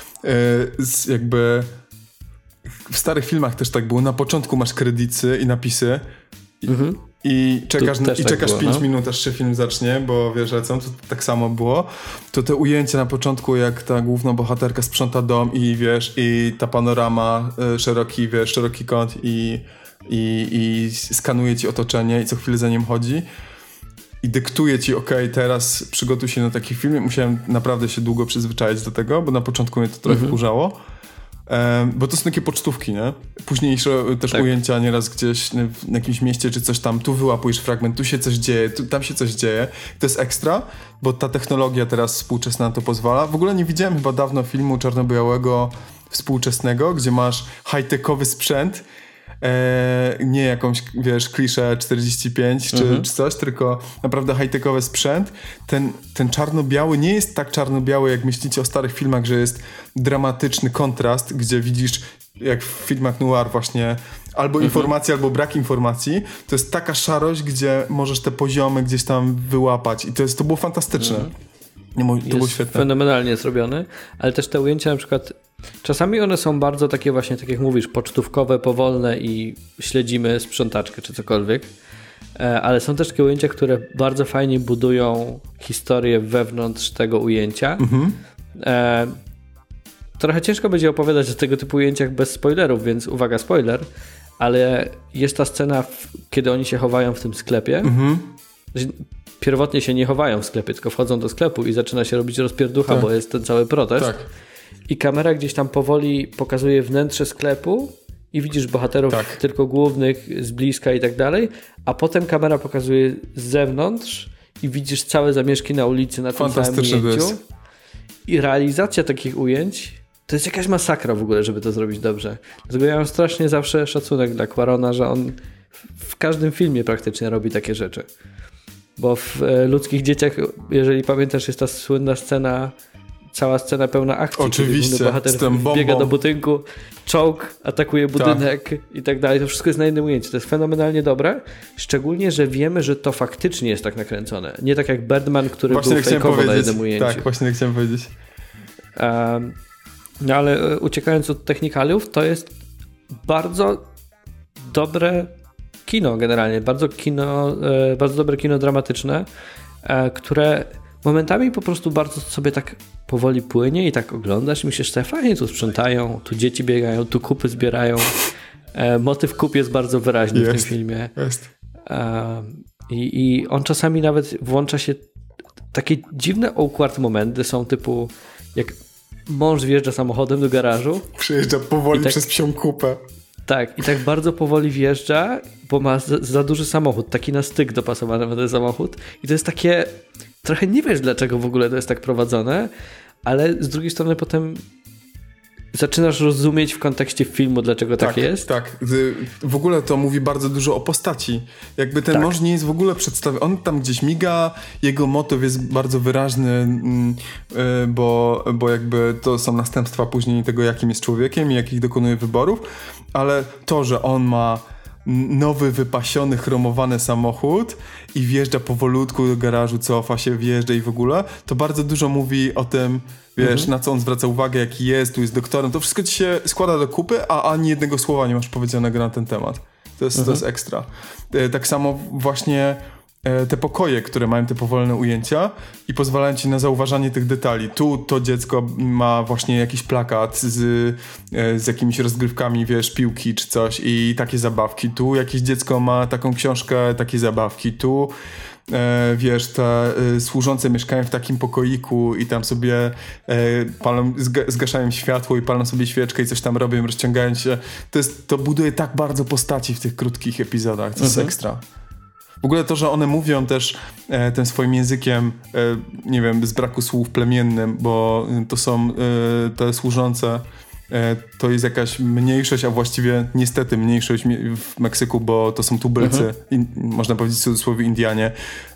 jakby w starych filmach też tak było. Na początku masz kredyty i napisy i czekasz 5 minut, aż się film zacznie, bo wiesz, to tak samo było. To te ujęcia na początku, jak ta główna bohaterka sprząta dom i wiesz, i ta panorama, szeroki kąt i skanuje ci otoczenie i co chwilę za nim chodzi i dyktuje ci, teraz przygotuj się na taki film. Musiałem naprawdę się długo przyzwyczaić do tego, bo na początku mnie to trochę wkurzało. Bo to są takie pocztówki, nie? Późniejsze też ujęcia nieraz gdzieś w jakimś mieście czy coś tam, tu wyłapujesz fragment, tu się coś dzieje, tam się coś dzieje. To jest ekstra, bo ta technologia teraz współczesna na to pozwala. W ogóle nie widziałem chyba dawno filmu czarno-białego współczesnego, gdzie masz high-techowy sprzęt, nie jakąś, wiesz, kliszę 45 czy coś, tylko naprawdę high-techowy sprzęt. Ten czarno-biały nie jest tak czarno-biały, jak myślicie o starych filmach, że jest dramatyczny kontrast, gdzie widzisz, jak w filmach noir właśnie, albo informacji, albo brak informacji. To jest taka szarość, gdzie możesz te poziomy gdzieś tam wyłapać i to było fantastyczne. To było świetne. Fenomenalnie zrobione, ale też te ujęcia na przykład czasami one są bardzo takie właśnie, tak jak mówisz, pocztówkowe, powolne i śledzimy sprzątaczkę czy cokolwiek, ale są też takie ujęcia, które bardzo fajnie budują historię wewnątrz tego ujęcia. Trochę ciężko będzie opowiadać o tego typu ujęciach bez spoilerów, więc uwaga, spoiler, ale jest ta scena, kiedy oni się chowają w tym sklepie. Pierwotnie się nie chowają w sklepie, tylko wchodzą do sklepu i zaczyna się robić rozpierducha, bo jest ten cały protest. Tak. I kamera gdzieś tam powoli pokazuje wnętrze sklepu i widzisz bohaterów tylko głównych z bliska i tak dalej, a potem kamera pokazuje z zewnątrz i widzisz całe zamieszki na ulicy na tym samym ujęciu. I realizacja takich ujęć To jest jakaś masakra w ogóle, żeby to zrobić dobrze. Dlatego ja mam strasznie zawsze szacunek dla Cuarona, że on w każdym filmie praktycznie robi takie rzeczy. Bo w Ludzkich dzieciach, jeżeli pamiętasz, jest ta słynna scena, cała scena pełna akcji. Oczywiście, kiedy bohater biega do budynku, czołg, atakuje budynek i tak dalej. To wszystko jest na jednym ujęciu. To jest fenomenalnie dobre. Szczególnie, że wiemy, że to faktycznie jest tak nakręcone. Nie tak jak Birdman, który właśnie był fejkowo na jednym ujęciu. Tak, właśnie tak chciałem powiedzieć. No ale uciekając od technikaliów, to jest bardzo dobre kino generalnie. Bardzo dobre kino dramatyczne, które momentami po prostu bardzo sobie tak powoli płynie i tak oglądasz i myślisz, że fajnie tu sprzątają, tu dzieci biegają, tu kupy zbierają. Motyw kup jest bardzo wyraźny w tym filmie. Jest. I on czasami nawet włącza się takie dziwne awkward momenty, są typu jak mąż wjeżdża samochodem do garażu. Przejeżdża powoli przez psią kupę. Tak, i tak bardzo powoli wjeżdża, bo ma za duży samochód, taki na styk dopasowany na ten samochód. I to jest takie, trochę nie wiesz dlaczego w ogóle to jest tak prowadzone, ale z drugiej strony potem zaczynasz rozumieć w kontekście filmu, dlaczego tak jest. Tak, w ogóle to mówi bardzo dużo o postaci. Jakby ten mąż nie jest w ogóle przedstawiony. On tam gdzieś miga, jego motyw jest bardzo wyraźny, bo jakby to są następstwa później tego, jakim jest człowiekiem i jakich dokonuje wyborów, ale to, że on ma nowy, wypasiony, chromowany samochód i wjeżdża powolutku do garażu, cofa się, wjeżdża i w ogóle, to bardzo dużo mówi o tym, wiesz, na co on zwraca uwagę, jaki jest, tu jest doktorem. To wszystko ci się składa do kupy, a ani jednego słowa nie masz powiedzianego na ten temat. To jest ekstra. Tak samo właśnie te pokoje, które mają te powolne ujęcia i pozwalają ci na zauważanie tych detali. Tu to dziecko ma właśnie jakiś plakat z jakimiś rozgrywkami, wiesz, piłki czy coś i takie zabawki. Tu jakieś dziecko ma taką książkę, takie zabawki. Tu wiesz, te służące mieszkają w takim pokoiku i tam sobie palą, zgaszają światło i palą sobie świeczkę i coś tam robią, rozciągają się. To buduje tak bardzo postaci w tych krótkich epizodach. To jest ekstra. W ogóle to, że one mówią też tym swoim językiem, nie wiem, z braku słów plemiennym, bo to są te służące, to jest jakaś mniejszość, a właściwie niestety mniejszość w Meksyku, bo to są tubylcy, można powiedzieć w cudzysłowie Indianie,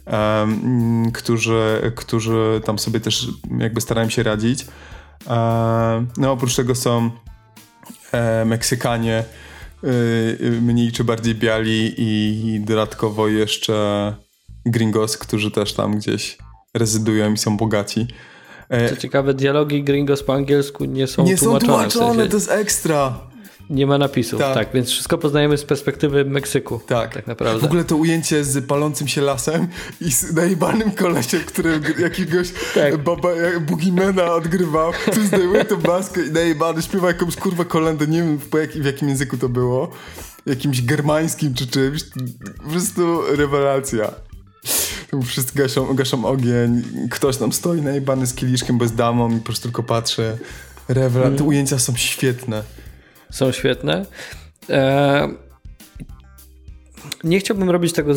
którzy tam sobie też jakby starają się radzić. No oprócz tego są Meksykanie, mniej czy bardziej biali i dodatkowo jeszcze gringos, którzy też tam gdzieś rezydują i są bogaci. Co ciekawe, dialogi gringos po angielsku nie są tłumaczone. W sensie. To jest ekstra. Nie ma napisów, tak, więc wszystko poznajemy z perspektywy Meksyku. Tak naprawdę. W ogóle to ujęcie z palącym się lasem i z najebanym kolesiem, który jakiegoś Boogiemana odgrywał, tu zdejmuje tą maskę i najebany śpiewa jakąś kurwa kolędę, nie wiem w jakim języku to było, jakimś germańskim czy czymś, po prostu rewelacja. Wszyscy gaszą ogień, ktoś tam stoi najebany z kieliszkiem bez damą i po prostu tylko patrzy. Te ujęcia są świetne. Są świetne. Nie chciałbym robić tego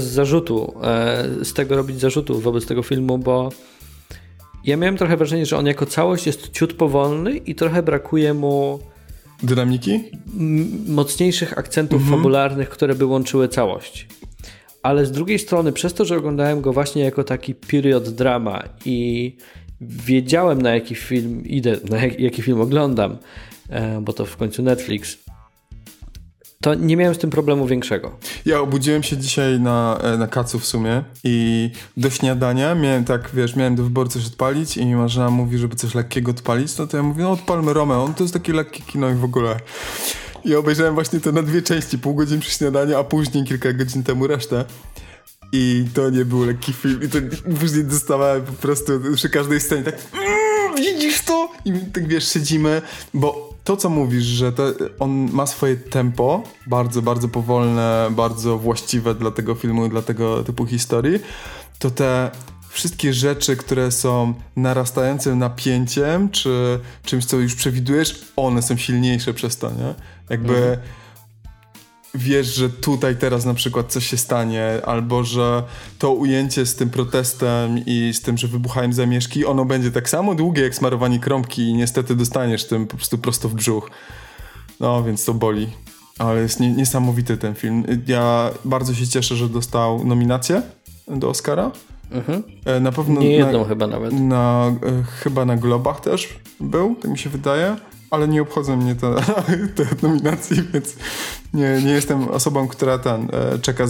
zarzutu wobec tego filmu, bo ja miałem trochę wrażenie, że on jako całość jest ciut powolny i trochę brakuje mu dynamiki? Mocniejszych akcentów fabularnych, które by łączyły całość. Ale z drugiej strony, przez to, że oglądałem go właśnie jako taki period drama i wiedziałem, na jaki film idę, na jaki film oglądam, bo to w końcu Netflix, to nie miałem z tym problemu większego. Ja obudziłem się dzisiaj na kacu w sumie i do śniadania miałem do wyboru coś odpalić i Marzena mówi, żeby coś lekkiego odpalić, to ja mówię, odpalmy Romeo, to jest takie lekkie kino i w ogóle. I obejrzałem właśnie to na 2 części, pół godziny przy śniadaniu, a później kilka godzin temu resztę. I to nie był lekki film. I to później dostawałem po prostu przy każdej scenie tak widzisz to? I tak wiesz, siedzimy, bo to co mówisz, że on ma swoje tempo, bardzo, bardzo powolne, bardzo właściwe dla tego filmu, dla tego typu historii, to te wszystkie rzeczy, które są narastającym napięciem, czy czymś, co już przewidujesz, one są silniejsze przez to, nie? Jakby wiesz, że tutaj teraz na przykład coś się stanie, albo że to ujęcie z tym protestem i z tym, że wybuchają zamieszki, ono będzie tak samo długie jak smarowanie kromki i niestety dostaniesz tym po prostu prosto w brzuch. No, więc to boli. Ale jest niesamowity ten film. Ja bardzo się cieszę, że dostał nominację do Oscara. Na pewno nie jedną chyba nawet. Chyba na Globach też był, tak mi się wydaje. Ale nie obchodzą mnie te nominacje, więc nie jestem osobą, która czeka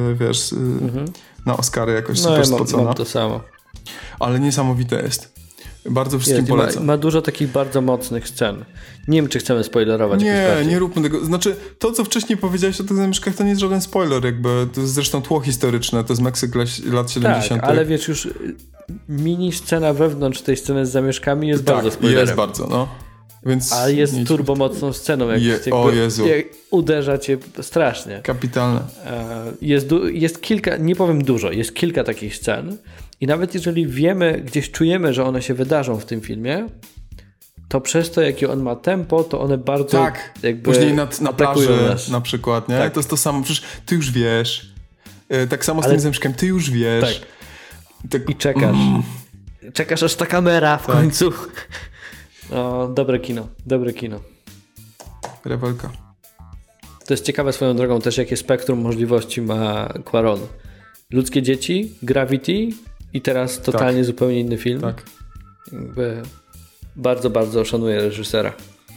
na Oscary jakoś super spocona. Mam to samo. Ale niesamowite jest. Bardzo wszystkim polecam. Ma dużo takich bardzo mocnych scen. Nie wiem, czy chcemy spoilerować. Nie róbmy tego. Znaczy, to co wcześniej powiedziałeś o tych zamieszkach, to nie jest żaden spoiler, jakby. To jest zresztą tło historyczne, to jest Meksyk lat 70. Tak, ale wiesz, już mini scena wewnątrz tej sceny z zamieszkami jest bardzo spoilerem. Jest bardzo, no. Więc ale jest turbo mocną sceną, o Jezu. Uderza cię strasznie. Kapitalne. Jest kilka, nie powiem dużo, jest kilka takich scen i nawet jeżeli wiemy, gdzieś czujemy, że one się wydarzą w tym filmie, to przez to, jakie on ma tempo, to one bardzo jakby później na plaży nas. Na przykład, nie? Tak. To jest to samo, przecież ty już wiesz. Tak samo z tym zamieszkiem, ty już wiesz. Tak. I czekasz. Czekasz, aż ta kamera w końcu... No, dobre kino. Rewelka. To jest ciekawe swoją drogą też, jakie spektrum możliwości ma Cuarón. Ludzkie dzieci, Gravity i teraz totalnie zupełnie inny film. Tak. Jakby bardzo, bardzo szanuję reżysera.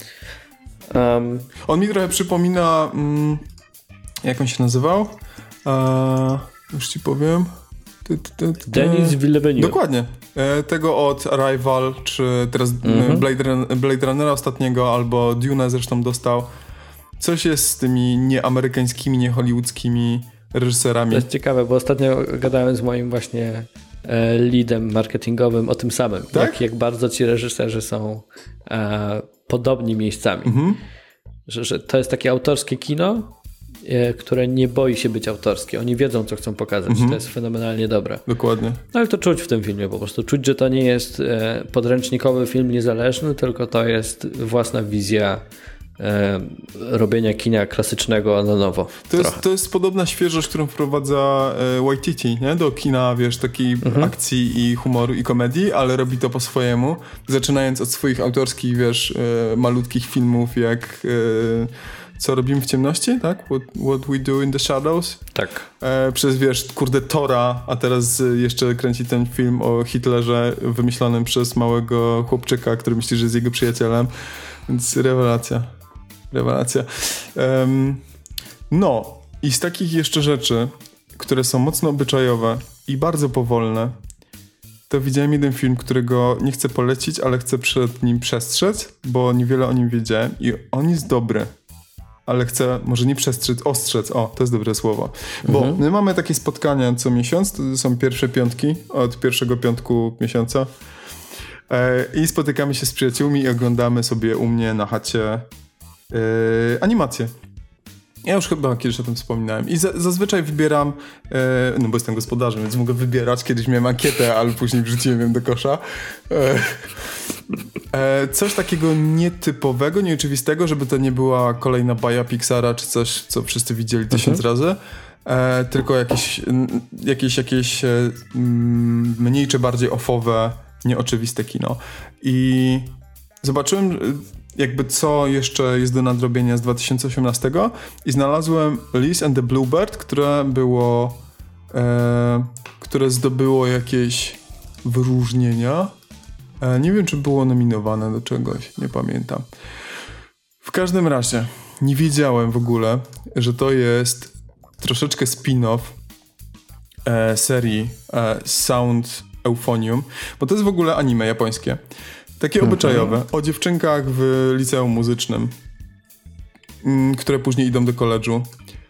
On mi trochę przypomina... jak on się nazywał? Już ci powiem. Denis Villeneuve. Dokładnie. Tego od Arrival, czy teraz Blade Runnera ostatniego, albo Dune zresztą dostał. Coś jest z tymi nieamerykańskimi, niehollywoodzkimi reżyserami. To jest ciekawe, bo ostatnio gadałem z moim właśnie leadem marketingowym o tym samym. Tak? Jak bardzo ci reżyserzy są podobni miejscami. Że to jest takie autorskie kino, które nie boi się być autorskie. Oni wiedzą, co chcą pokazać. To jest fenomenalnie dobre. Dokładnie. No ale to czuć w tym filmie po prostu. Czuć, że to nie jest podręcznikowy film niezależny, tylko to jest własna wizja robienia kina klasycznego na nowo. To jest podobna świeżość, którą wprowadza Waititi, nie? Do kina, wiesz, takiej akcji i humoru i komedii, ale robi to po swojemu, zaczynając od swoich autorskich, wiesz, malutkich filmów, jak Co robimy w ciemności, tak? What we do in the shadows. Tak. Przez, wiesz, Tora, a teraz jeszcze kręci ten film o Hitlerze wymyślonym przez małego chłopczyka, który myśli, że jest jego przyjacielem. Więc rewelacja. No, i z takich jeszcze rzeczy, które są mocno obyczajowe i bardzo powolne, to widziałem jeden film, którego nie chcę polecić, ale chcę przed nim przestrzec, bo niewiele o nim wiedziałem i on jest dobry. Ale chcę, może nie ostrzec, to jest dobre słowo. Bo my mamy takie spotkania co miesiąc, to są pierwsze piątki, od pierwszego piątku miesiąca. I spotykamy się z przyjaciółmi i oglądamy sobie u mnie na chacie animacje. Ja już chyba kiedyś o tym wspominałem. I zazwyczaj wybieram, no bo jestem gospodarzem, więc mogę wybierać. Kiedyś miałem ankietę, ale później wrzuciłem ją do kosza. Coś takiego nietypowego, nieoczywistego, żeby to nie była kolejna baja Pixara, czy coś, co wszyscy widzieli 1000 razy. Tylko jakieś mniej czy bardziej offowe, nieoczywiste kino. I zobaczyłem jakby co jeszcze jest do nadrobienia z 2018 i znalazłem Liz and the Bluebird, które zdobyło jakieś wyróżnienia. Nie wiem, czy było nominowane do czegoś, nie pamiętam. W każdym razie nie wiedziałem w ogóle, że to jest troszeczkę spin-off serii Sound Euphonium, bo to jest w ogóle anime japońskie. Takie obyczajowe, o dziewczynkach w liceum muzycznym, które później idą do koledżu.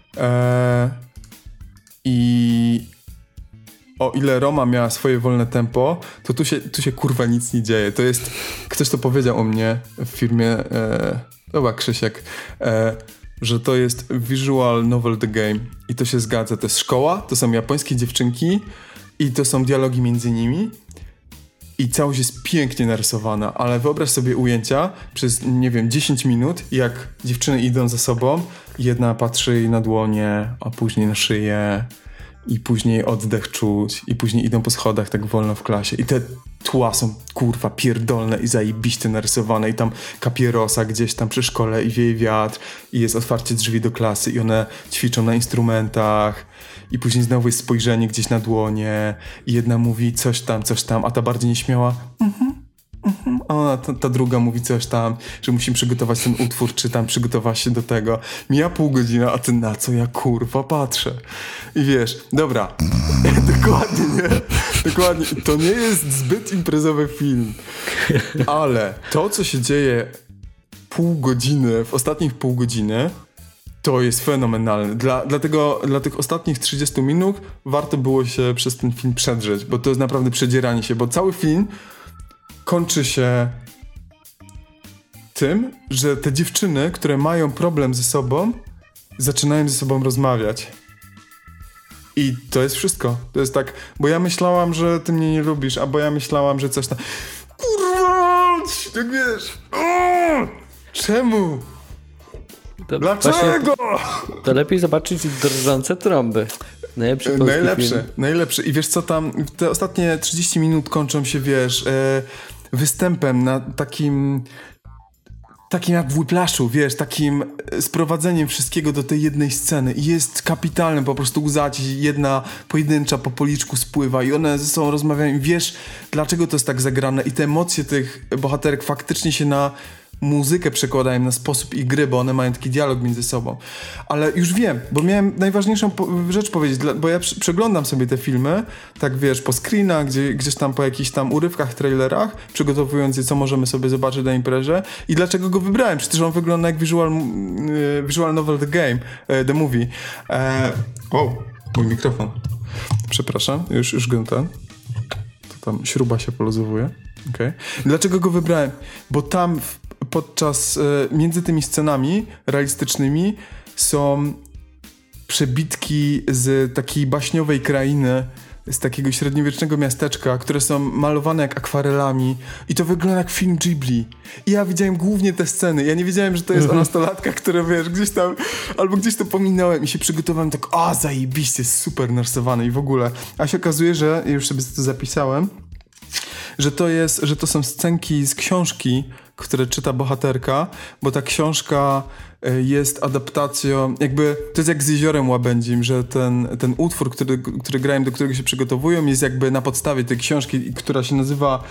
I o ile Roma miała swoje wolne tempo, to tu się kurwa nic nie dzieje. To jest, ktoś to powiedział o mnie w firmie, chyba Krzysiek, że to jest visual novel the game. I to się zgadza. To jest szkoła, to są japońskie dziewczynki i to są dialogi między nimi. i całość jest pięknie narysowana, ale wyobraź sobie ujęcia przez, nie wiem, 10 minut, jak dziewczyny idą za sobą, jedna patrzy jej na dłonie, a później na szyję i później oddech czuć i później idą po schodach tak wolno w klasie i te tła są kurwa pierdolne i zajebiście narysowane i tam kapierosa gdzieś tam przy szkole i wieje wiatr i jest otwarcie drzwi do klasy i one ćwiczą na instrumentach i później znowu jest spojrzenie gdzieś na dłonie i jedna mówi coś tam, a ta bardziej nieśmiała a ona, ta druga mówi coś tam, że musimy przygotować ten utwór, czy tam przygotować się do tego. Mija pół godziny, a ty na co ja kurwa patrzę? I wiesz, dobra, dokładnie, nie? Dokładnie, to nie jest zbyt imprezowy film, ale to, co się dzieje pół godziny, w ostatnich pół godziny, to jest fenomenalne. Dla tych ostatnich 30 minut warto było się przez ten film przedrzeć, bo to jest naprawdę przedzieranie się, bo cały film kończy się tym, że te dziewczyny, które mają problem ze sobą, zaczynają ze sobą rozmawiać. I to jest wszystko. To jest tak, bo ja myślałam, że ty mnie nie lubisz, albo ja myślałam, że coś tam... Kurwa! Tak wiesz... Czemu? Dlaczego? To lepiej zobaczyć drżące trąby. Najlepsze. I wiesz co tam, te ostatnie 30 minut kończą się, wiesz, występem na takim jak w Whiplashu, wiesz, takim sprowadzeniem wszystkiego do tej jednej sceny i jest kapitalne, po prostu łza ci jedna pojedyncza po policzku spływa i one ze sobą rozmawiają i wiesz, dlaczego to jest tak zagrane i te emocje tych bohaterek faktycznie się na muzykę przekładają, na sposób ich gry, bo one mają taki dialog między sobą. Ale już wiem, bo miałem najważniejszą rzecz powiedzieć, bo ja przeglądam sobie te filmy, tak wiesz, po screenach, gdzieś tam po jakichś tam urywkach, trailerach, przygotowując je, co możemy sobie zobaczyć na imprezie i dlaczego go wybrałem. Przecież on wygląda jak visual novel The Game, The Movie. Mój mikrofon. Przepraszam, już go ten. To tam śruba się poluzowuje. Okay. Dlaczego go wybrałem? Bo tam podczas, między tymi scenami realistycznymi są przebitki z takiej baśniowej krainy, z takiego średniowiecznego miasteczka, które są malowane jak akwarelami i to wygląda jak film Ghibli. I ja widziałem głównie te sceny. Ja nie wiedziałem, że to jest o nastolatkach, które wiesz, gdzieś tam, albo gdzieś to pominąłem i się przygotowałem tak, zajebiście, super narysowane i w ogóle. A się okazuje, że, ja już sobie to zapisałem, że to są scenki z książki, które czyta bohaterka, bo ta książka jest adaptacją, jakby to jest jak z Jeziorem Łabędzim, że ten utwór, który grają, do którego się przygotowują, jest jakby na podstawie tej książki, która się nazywa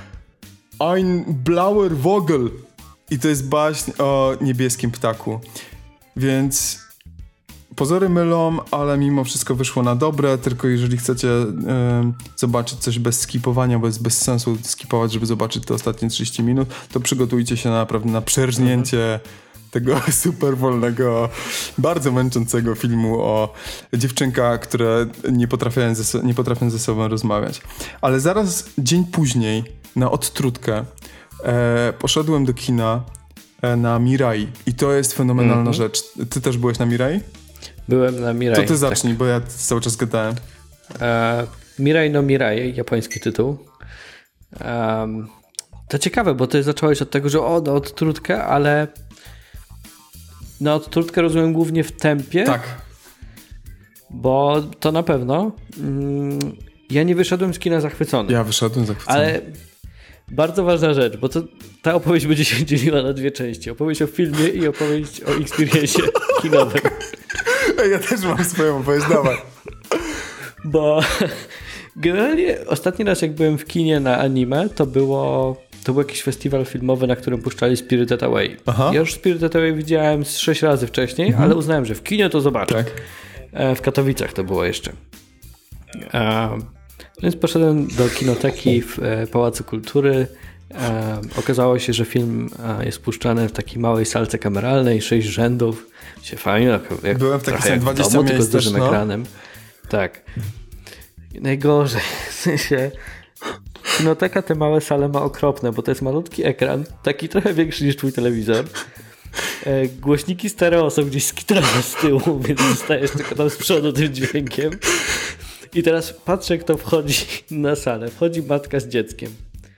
Ein blauer Vogel i to jest baśń o niebieskim ptaku. Więc pozory mylą, ale mimo wszystko wyszło na dobre, tylko jeżeli chcecie zobaczyć coś bez skipowania, bo jest bez sensu skipować, żeby zobaczyć te ostatnie 30 minut, to przygotujcie się naprawdę na przerżnięcie tego super wolnego, bardzo męczącego filmu o dziewczynkach, które nie potrafią ze sobą rozmawiać. Ale zaraz dzień później na odtrutkę poszedłem do kina na Mirai i to jest fenomenalna rzecz. Ty też byłeś na Mirai? Byłem na Mirai. To ty zacznij, bo ja cały czas gadałem. Mirai no Mirai, japoński tytuł. To ciekawe, bo ty zacząłeś od tego, że na odtrutkę, ale na odtrutkę rozumiem głównie w tempie. Tak. Bo to na pewno. Ja nie wyszedłem z kina zachwycony. Ja wyszedłem zachwycony. Ale bardzo ważna rzecz, bo ta opowieść będzie się dzieliła na dwie części. Opowieść o filmie i opowieść o experience'ie kinowym. Ja też mam swoją opowieść, dawaj. Bo generalnie ostatni raz jak byłem w kinie na anime, to był jakiś festiwal filmowy, na którym puszczali Spirited Away. Aha. Ja już Spirited Away widziałem z 6 razy wcześniej, ale uznałem, że w kinie to zobaczę. Tak. W Katowicach to było jeszcze. Więc poszedłem do kinoteki w Pałacu Kultury. Okazało się, że film jest puszczany w takiej małej salce kameralnej, 6 rzędów. Się fajnie, jak byłem w takim 20 miejsc tylko z dużym ekranem. Tak. I najgorzej, w sensie kinoteka te małe sale ma okropne, bo to jest malutki ekran, taki trochę większy niż twój telewizor. Głośniki stereo są gdzieś skitrane z tyłu, więc zostajesz tylko tam z przodu tym dźwiękiem. I teraz patrzę, kto wchodzi na salę. Wchodzi matka z dzieckiem.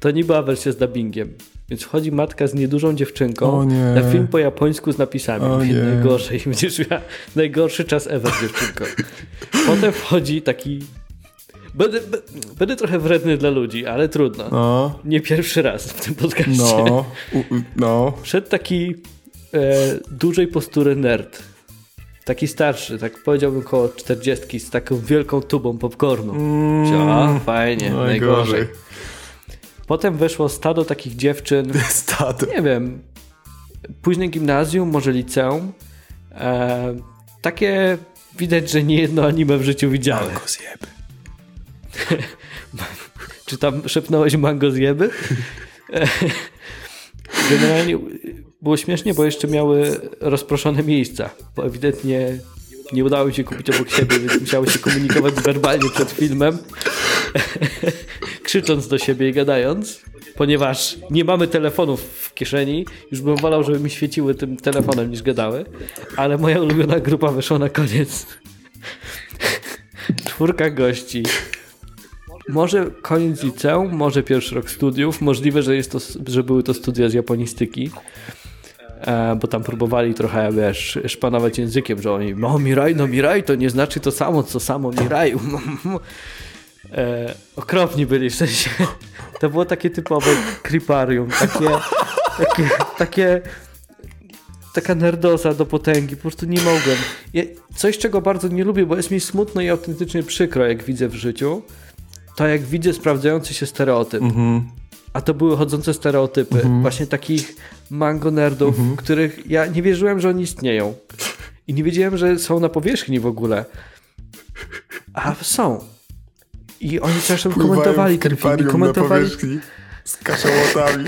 To nie była wersja z dubbingiem. Więc wchodzi matka z niedużą dziewczynką O nie. na film po japońsku z napisami. O nie. Najgorzej, będziesz miała najgorszy czas ever, dziewczynko. Potem wchodzi taki... Będę trochę wredny dla ludzi, ale trudno. No. Nie pierwszy raz w tym podcaście. No. Wszedł taki dużej postury nerd. Taki starszy, tak powiedziałbym koło 40 z taką wielką tubą popcornu. Fajnie, najgorzej. Potem weszło stado takich dziewczyn. Stado. Nie wiem, późne gimnazjum, może liceum. Takie widać, że nie jedno anime w życiu widziałem. Mango zjeby. Czy tam szepnąłeś mango zjeby? Generalnie było śmiesznie, bo jeszcze miały rozproszone miejsca, bo ewidentnie nie udało się kupić obok siebie, więc musiały się komunikować werbalnie przed filmem, krzycząc do siebie i gadając, ponieważ nie mamy telefonów w kieszeni, już bym wolał, żeby mi świeciły tym telefonem niż gadały, ale moja ulubiona grupa wyszła na koniec. 4 gości. Może koniec liceum, może pierwszy rok studiów. Możliwe, że były to studia z japonistyki, bo tam próbowali trochę, wiesz, szpanować językiem, że oni Mirai to nie znaczy to samo, co samo Mirai. Okropni byli, w sensie. To było takie typowe creeparium, taka nerdoza do potęgi, po prostu nie mogłem. Coś, czego bardzo nie lubię, bo jest mi smutno i autentycznie przykro, jak widzę w życiu, to jak widzę sprawdzający się stereotyp. A to były chodzące stereotypy. Właśnie takich mango nerdów, których ja nie wierzyłem, że oni istnieją. I nie wiedziałem, że są na powierzchni w ogóle. A są. I oni zresztą komentowali ten film. I komentowali... z kaszałotami.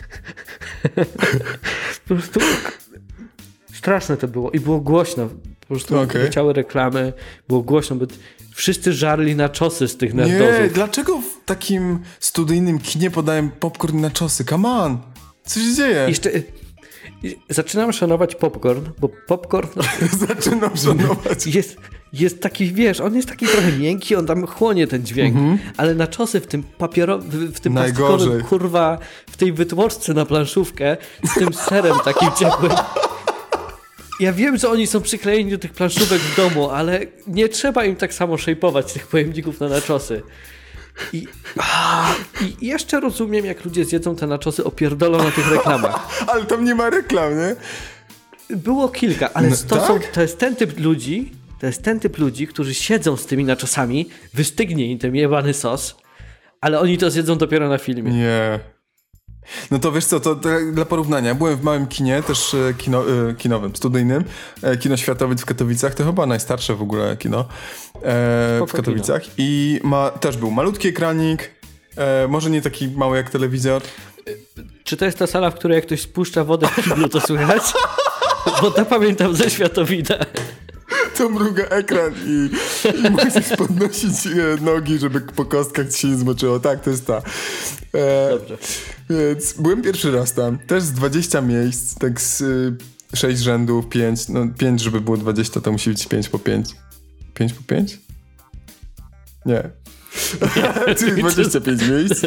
Po prostu straszne to było. I było głośno. Po prostu leciały reklamy. Było głośno, bo wszyscy żarli na czosy z tych nerdozów. Nie, dlaczego w takim studyjnym kinie podają popcorn na czosy? Come on! Co się dzieje? Jeszcze zaczynam szanować popcorn, bo popcorn... Zaczynam szanować. Jest taki, wiesz, on jest taki trochę miękki, on tam chłonie ten dźwięk, ale na czosy w tym w tym plastikowym, kurwa, w tej wytłoczce na planszówkę z tym serem takim ciepłym. Ja wiem, że oni są przyklejeni do tych planszówek w domu, ale nie trzeba im tak samo szejpować tych pojemników na naczosy. I jeszcze rozumiem, jak ludzie zjedzą te naczosy, opierdolą na tych reklamach. Ale tam nie ma reklam, nie? Było kilka, ale to jest ten typ ludzi, którzy siedzą z tymi naczosami, wystygnie im ten jebany sos, ale oni to zjedzą dopiero na filmie. Nie. No to wiesz co, to dla porównania. Byłem w małym kinie, też kinowym, studyjnym. Kino Światowic w Katowicach. To chyba najstarsze w ogóle kino w Katowicach. I też był malutki ekranik. Może nie taki mały jak telewizor. Czy to jest ta sala, w której jak ktoś spuszcza wodę w kiblu, to słychać? Bo to pamiętam ze Światowida. To mruga ekran i musisz podnosić nogi, żeby po kostkach ci się nie zmoczyło. Tak, to jest ta. Dobrze. Więc byłem pierwszy raz tam. Też z 20 miejsc, tak z 6 rzędów, 5. No 5, żeby było 20, to musi być 5 po 5. 5 po 5? Nie. Czyli 25 miejsc.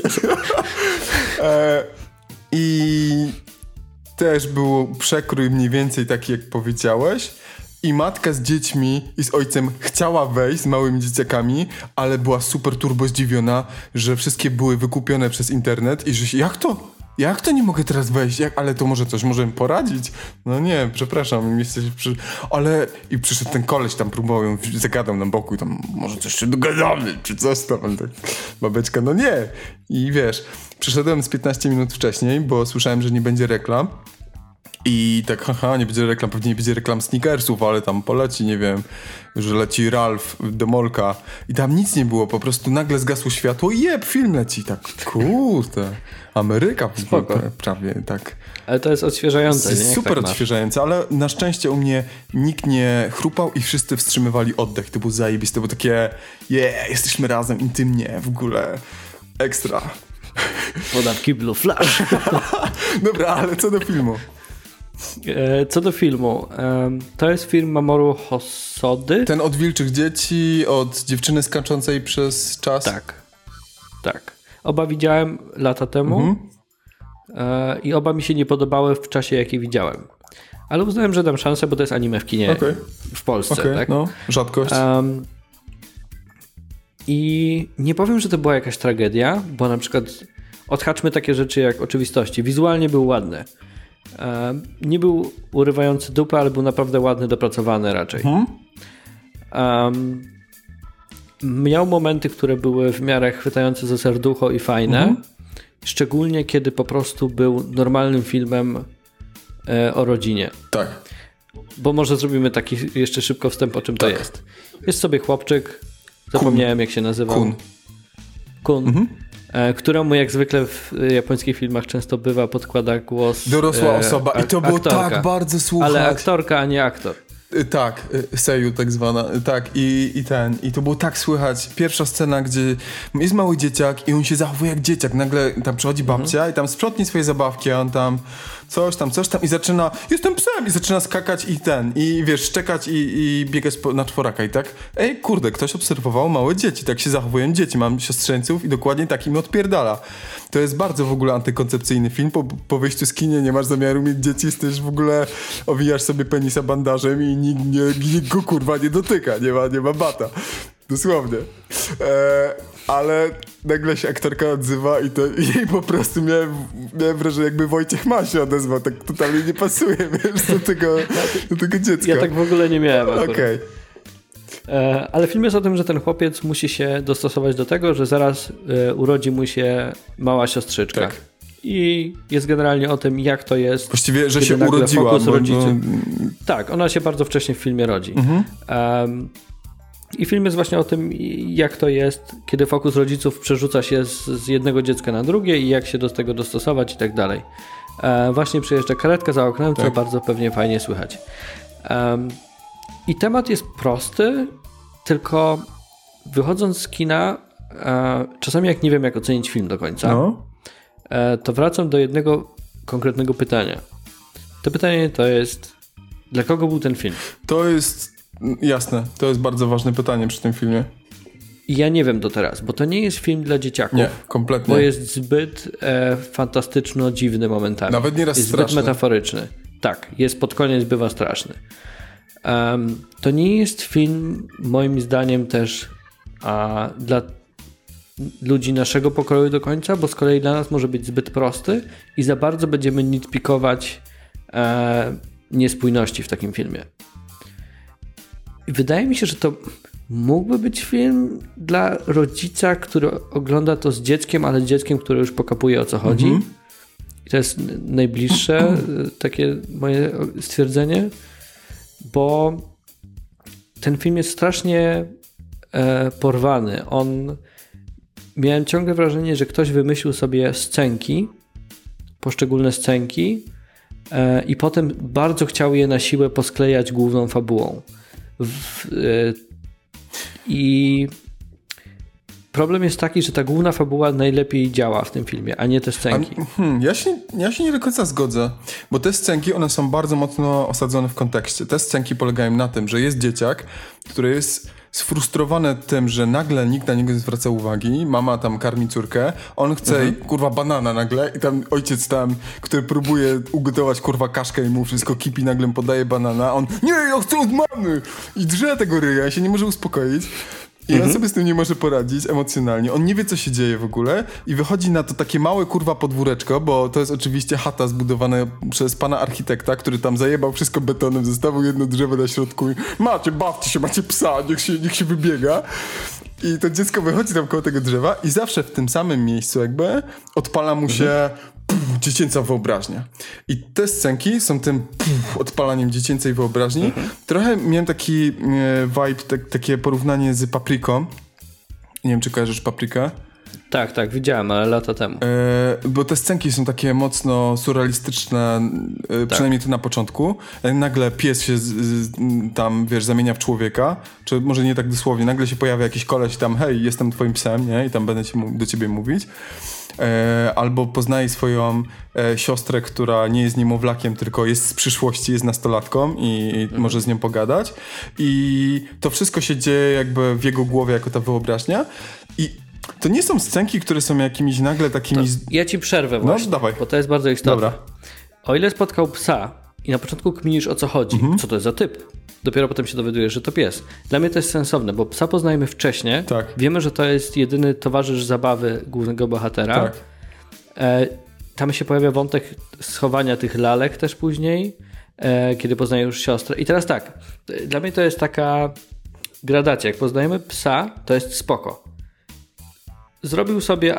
I też był przekrój mniej więcej taki, jak powiedziałeś. I matka z dziećmi i z ojcem chciała wejść z małymi dzieciakami, ale była super turbo zdziwiona, że wszystkie były wykupione przez internet i że jak to nie mogę teraz wejść? Ale to może coś możemy poradzić? No nie, przepraszam, ale i przyszedł ten koleś tam, próbował, zagadał na boku i tam może coś się dogadamy, czy coś tam. Tak. Babeczka, no nie. I wiesz, przyszedłem z 15 minut wcześniej, bo słyszałem, że nie będzie reklam. I tak, nie będzie reklam, pewnie nie będzie reklam Snickersów, ale tam poleci, nie wiem, że leci Ralph do Molka i tam nic nie było, po prostu nagle zgasło światło i film leci, tak, kurde, Ameryka prawie, tak. Ale to jest odświeżające, jest nie? Super tak odświeżające, ale na szczęście u mnie nikt nie chrupał i wszyscy wstrzymywali oddech, to było zajebiste, to było takie, jesteśmy razem, intymnie, w ogóle, ekstra. Woda w kiblu, flash. Dobra, ale co do filmu? Co do filmu, to jest film Mamoru Hosody. Ten od wilczych dzieci, od dziewczyny skaczącej przez czas. Tak. Oba widziałem lata temu i oba mi się nie podobały w czasie, jaki widziałem. Ale uznałem, że dam szansę, bo to jest anime w kinie w Polsce. Tak? No, rzadkość. I nie powiem, że to była jakaś tragedia, bo na przykład odhaczmy takie rzeczy jak oczywistości. Wizualnie był ładny. Nie był urywający dupę, ale był naprawdę ładny, dopracowany raczej. Miał momenty, które były w miarę chwytające za serducho i fajne. Szczególnie kiedy po prostu był normalnym filmem o rodzinie. Tak. Bo może zrobimy taki jeszcze szybko wstęp, o czym to jest. Jest sobie chłopczyk, zapomniałem jak się nazywał. Kun. Któremu jak zwykle w japońskich filmach często bywa podkłada głos dorosła osoba i to było aktorka. tak bardzo słuchać. Ale aktorka, a nie aktor. Tak, seiyuu tak zwana, tak i to było tak słychać. Pierwsza scena, gdzie jest mały dzieciak i on się zachowuje jak dzieciak, nagle tam przychodzi babcia i tam sprzątnie swoje zabawki, a on tam coś tam i zaczyna, jestem psem i zaczyna skakać i wiesz, szczekać i biegać na czworaka i tak, kurde, ktoś obserwował małe dzieci, tak się zachowują dzieci, mam siostrzeńców i dokładnie tak im odpierdala. To jest bardzo w ogóle antykoncepcyjny film, po wyjściu z kinie nie masz zamiaru mieć dzieci, jesteś w ogóle, owijasz sobie penisa bandażem i nikt go kurwa nie dotyka, nie ma bata. Dosłownie. Ale nagle się aktorka odzywa i jej po prostu miałem wrażenie, jakby Wojciech Ma się odezwał, tak totalnie nie pasuje, wiesz, do tego dziecka. Ja tak w ogóle nie miałem akurat. Okej. Ale film jest o tym, że ten chłopiec musi się dostosować do tego, że zaraz urodzi mu się mała siostrzyczka. Tak. I jest generalnie o tym, jak to jest. Właściwie, że się urodziła. Tak, ona się bardzo wcześnie w filmie rodzi. I film jest właśnie o tym, jak to jest, kiedy fokus rodziców przerzuca się z jednego dziecka na drugie i jak się do tego dostosować i tak dalej. Właśnie przyjeżdża karetka za oknem, co bardzo pewnie fajnie słychać. I temat jest prosty, tylko wychodząc z kina, czasami jak nie wiem, jak ocenić film do końca, to wracam do jednego konkretnego pytania. To pytanie to jest, dla kogo był ten film? To jest jasne, to jest bardzo ważne pytanie przy tym filmie. I ja nie wiem do teraz, bo to nie jest film dla dzieciaków. Nie, kompletnie. Bo jest zbyt fantastyczno dziwny momentami. Nawet nieraz jest straszny. Zbyt metaforyczny. Tak, jest pod koniec bywa straszny. To nie jest film, moim zdaniem też dla ludzi naszego pokroju do końca, bo z kolei dla nas może być zbyt prosty i za bardzo będziemy nitpikować niespójności w takim filmie. I wydaje mi się, że to mógłby być film dla rodzica, który ogląda to z dzieckiem, ale dzieckiem, które już pokapuje, o co chodzi. I to jest najbliższe takie moje stwierdzenie, bo ten film jest strasznie porwany. Miałem ciągle wrażenie, że ktoś wymyślił sobie scenki, poszczególne scenki i potem bardzo chciał je na siłę posklejać główną fabułą. I problem jest taki, że ta główna fabuła najlepiej działa w tym filmie, a nie te scenki. Ja się nie do końca zgodzę, bo te scenki, one są bardzo mocno osadzone w kontekście. Te scenki polegają na tym, że jest dzieciak, który jest sfrustrowany tym, że nagle nikt na niego nie zwraca uwagi, mama tam karmi córkę, on chce kurwa banana nagle i tam ojciec tam, który próbuje ugotować kurwa kaszkę i mu wszystko kipi, nagle podaje banana, on nie, ja chcę od mamy i drze tego ryja, się nie może uspokoić. I on sobie z tym nie może poradzić emocjonalnie. On nie wie, co się dzieje w ogóle i wychodzi na to takie małe kurwa podwóreczko, bo to jest oczywiście chata zbudowana przez pana architekta, który tam zajebał wszystko betonem, zostawił jedno drzewo na środku i bawcie się, macie psa, niech się wybiega. I to dziecko wychodzi tam koło tego drzewa i zawsze w tym samym miejscu jakby odpala mu się dziecięca wyobraźnia. I te scenki są tym odpalaniem dziecięcej wyobraźni. Trochę miałem taki vibe, takie porównanie z Papriką. Nie wiem, czy kojarzysz Paprikę? Tak, widziałem, ale lata temu. Bo te scenki są takie mocno surrealistyczne, przynajmniej to na początku. Nagle pies się tam, wiesz, zamienia w człowieka, czy może nie tak dosłownie, nagle się pojawia jakiś koleś tam, hej, jestem twoim psem, nie? I tam będę do ciebie mówić. Albo poznaje swoją siostrę, która nie jest niemowlakiem, tylko jest z przyszłości, jest nastolatką i może z nią pogadać. I to wszystko się dzieje jakby w jego głowie jako ta wyobraźnia. I To nie są scenki, które są jakimiś nagle takimi... Ja ci przerwę właśnie, dawaj. bo to jest bardzo istotne. Dobra. O ile spotkał psa i na początku kminisz, o co chodzi, co to jest za typ, dopiero potem się dowiadujesz, że to pies. Dla mnie to jest sensowne, bo psa poznajemy wcześniej. Tak. Wiemy, że to jest jedyny towarzysz zabawy głównego bohatera. Tak. Tam się pojawia wątek schowania tych lalek też później, kiedy poznaje już siostrę. I teraz tak, dla mnie to jest taka gradacja. Jak poznajemy psa, to jest spoko. Zrobił sobie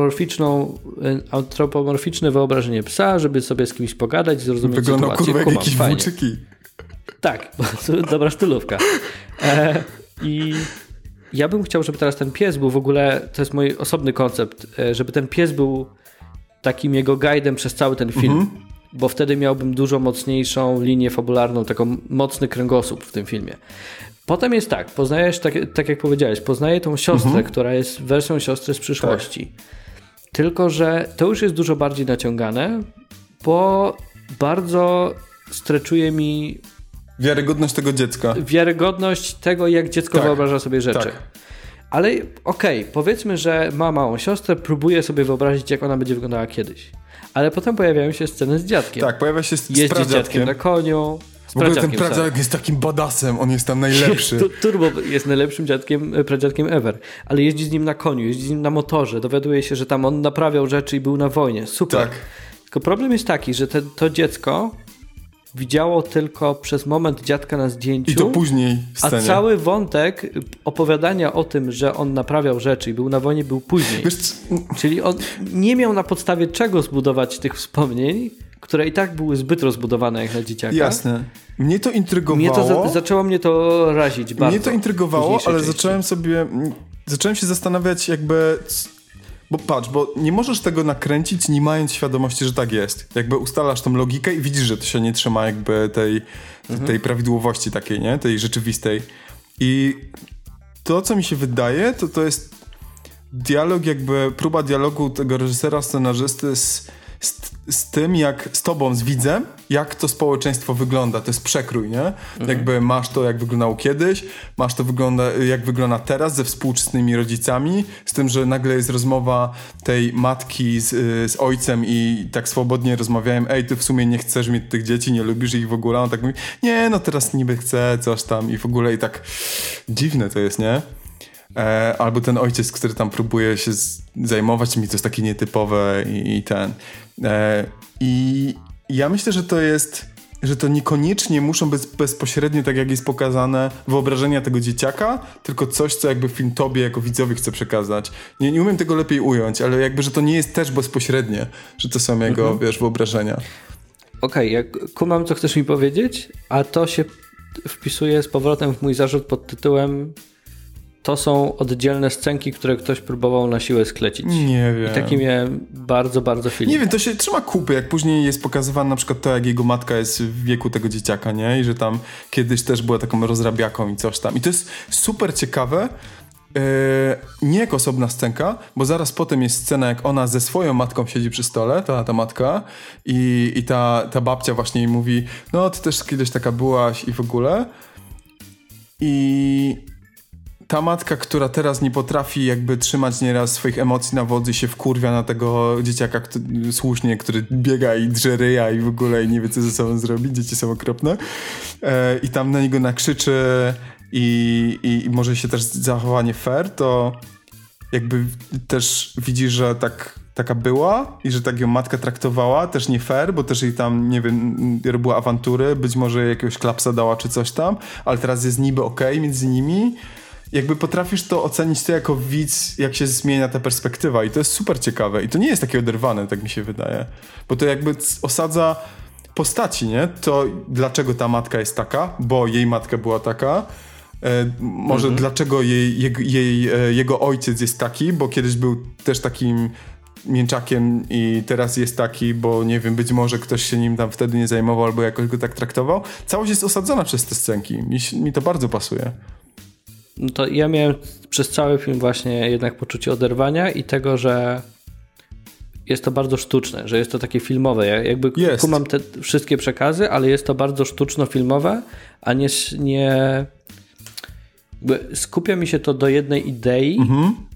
antropomorficzne wyobrażenie psa, żeby sobie z kimś pogadać, zrozumieć Wyglądał sytuację. kurwa jak jakieś fajnie. włóczyki. Tak, dobra stylówka. I ja bym chciał, żeby teraz ten pies był w ogóle, to jest mój osobny koncept, żeby ten pies był takim jego guidem przez cały ten film, bo wtedy miałbym dużo mocniejszą linię fabularną, taką mocny kręgosłup w tym filmie. Potem jest tak, poznajesz, tak jak powiedziałeś, poznaję tą siostrę, która jest wersją siostry z przyszłości. Tak. Tylko że to już jest dużo bardziej naciągane, bo bardzo streczuje mi wiarygodność tego dziecka. Wiarygodność tego, jak dziecko wyobraża sobie rzeczy. Tak. Ale okej, powiedzmy, że ma małą siostrę, próbuje sobie wyobrazić, jak ona będzie wyglądała kiedyś. Ale potem pojawiają się sceny z dziadkiem. Tak, pojawia się z jeździ z dziadkiem na koniu. W ogóle ten pradziadek jest takim badasem, on jest tam najlepszy. Turbo jest najlepszym pradziadkiem ever. Ale jeździ z nim na koniu, jeździ z nim na motorze, dowiaduje się, że tam on naprawiał rzeczy i był na wojnie. Super. Tak. Tylko problem jest taki, że to dziecko widziało tylko przez moment dziadka na zdjęciu. I to później w scenie. A cały wątek opowiadania o tym, że on naprawiał rzeczy i był na wojnie, był później. Czyli on nie miał na podstawie czego zbudować tych wspomnień, które i tak były zbyt rozbudowane jak na dzieciaka. Jasne. Mnie to intrygowało. Zaczęło mnie to razić bardzo. Mnie to intrygowało, ale zacząłem się zastanawiać jakby... Bo patrz, bo nie możesz tego nakręcić, nie mając świadomości, że tak jest. Jakby ustalasz tą logikę i widzisz, że to się nie trzyma jakby tej prawidłowości takiej, nie? Tej rzeczywistej. I to, co mi się wydaje, to jest dialog, jakby próba dialogu tego reżysera, scenarzysty z tym, jak z tobą, z widzem, jak to społeczeństwo wygląda. To jest przekrój, nie? Jakby masz to, jak wyglądało kiedyś, masz to, jak wygląda teraz ze współczesnymi rodzicami, z tym, że nagle jest rozmowa tej matki z ojcem i tak swobodnie rozmawiałem, ej, ty w sumie nie chcesz mieć tych dzieci, nie lubisz ich w ogóle. On tak mówi, nie, no teraz niby chcę, coś tam i w ogóle i tak dziwne to jest, nie? Albo ten ojciec, który tam próbuje się zajmować mi, to jest takie nietypowe i ten. I ja myślę, że to niekoniecznie muszą być bezpośrednio, tak jak jest pokazane, wyobrażenia tego dzieciaka, tylko coś, co jakby film tobie jako widzowi chce przekazać. Nie umiem tego lepiej ująć, ale jakby, że to nie jest też bezpośrednie, że to są jego, wiesz, wyobrażenia. Okej, ja kumam, co chcesz mi powiedzieć, a to się wpisuje z powrotem w mój zarzut pod tytułem to są oddzielne scenki, które ktoś próbował na siłę sklecić. Nie wiem. I taki miałem bardzo, bardzo film. Nie wiem, to się trzyma kupy, jak później jest pokazywane na przykład to, jak jego matka jest w wieku tego dzieciaka, nie? I że tam kiedyś też była taką rozrabiaką i coś tam. I to jest super ciekawe, nie jako osobna scenka, bo zaraz potem jest scena, jak ona ze swoją matką siedzi przy stole, ta matka i ta babcia właśnie jej mówi, no ty też kiedyś taka byłaś i w ogóle. I ta matka, która teraz nie potrafi jakby trzymać nieraz swoich emocji na wodzy, się wkurwia na tego dzieciaka słusznie, który biega i drze ryja i w ogóle i nie wie, co ze sobą zrobić. Dzieci są okropne. I tam na niego nakrzyczy i może się też zachowanie fair, to jakby też widzi, że taka była i że tak ją matka traktowała, też nie fair, bo też jej tam, nie wiem, robiła awantury, być może jakiegoś klapsa dała czy coś tam, ale teraz jest niby okej między nimi. Jakby potrafisz to ocenić ty jako widz, jak się zmienia ta perspektywa i to jest super ciekawe i to nie jest takie oderwane, tak mi się wydaje, bo to jakby osadza postaci, nie? To dlaczego ta matka jest taka, bo jej matka była taka, może dlaczego jego ojciec jest taki, bo kiedyś był też takim mięczakiem i teraz jest taki, bo nie wiem, być może ktoś się nim tam wtedy nie zajmował albo jakoś go tak traktował. Całość jest osadzona przez te scenki. Mi to bardzo pasuje. No to ja miałem przez cały film właśnie jednak poczucie oderwania i tego, że jest to bardzo sztuczne, że jest to takie filmowe. Ja jakby kumam te wszystkie przekazy, ale jest to bardzo sztuczno-filmowe, a nie skupia mi się to do jednej idei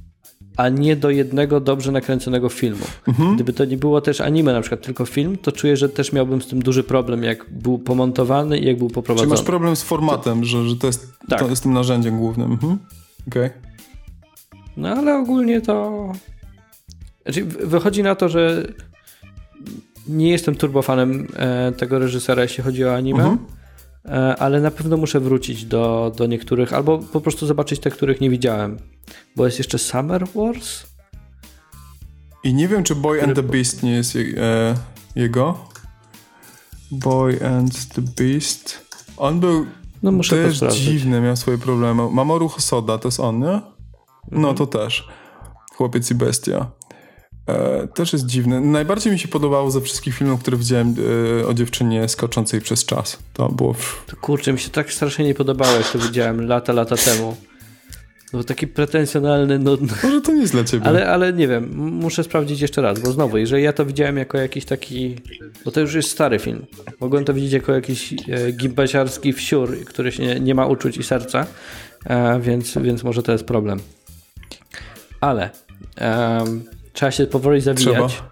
a nie do jednego dobrze nakręconego filmu. Gdyby to nie było też anime, na przykład tylko film, to czuję, że też miałbym z tym duży problem, jak był pomontowany i jak był poprowadzony. Czy masz problem z formatem, że to jest, Tak. to jest tym narzędziem głównym? Okej. No ale ogólnie to... Znaczy, wychodzi na to, że nie jestem turbofanem tego reżysera, jeśli chodzi o anime, ale na pewno muszę wrócić do niektórych, albo po prostu zobaczyć te, których nie widziałem. Bo jest jeszcze Summer Wars? I nie wiem, czy Boy and the Beast nie jest jego. Boy and the Beast. On był No muszę to też sprawdzić. dziwny, miał swoje problemy. Mamoru Hosoda, to jest on, nie? No to też. Chłopiec i bestia. Też jest dziwny. Najbardziej mi się podobało ze wszystkich filmów, które widziałem o dziewczynie skaczącej przez czas. To było... To kurczę, mi się tak strasznie nie podobało, jak to widziałem lata temu. To był taki pretensjonalny, nudny. Może to nie jest dla ciebie. Ale nie wiem, muszę sprawdzić jeszcze raz, bo znowu, jeżeli ja to widziałem jako jakiś taki... Bo to już jest stary film. Mogłem to widzieć jako jakiś gimbasiarski wsiór, który się nie ma uczuć i serca, więc może to jest problem. Ale trzeba się powoli zawijać.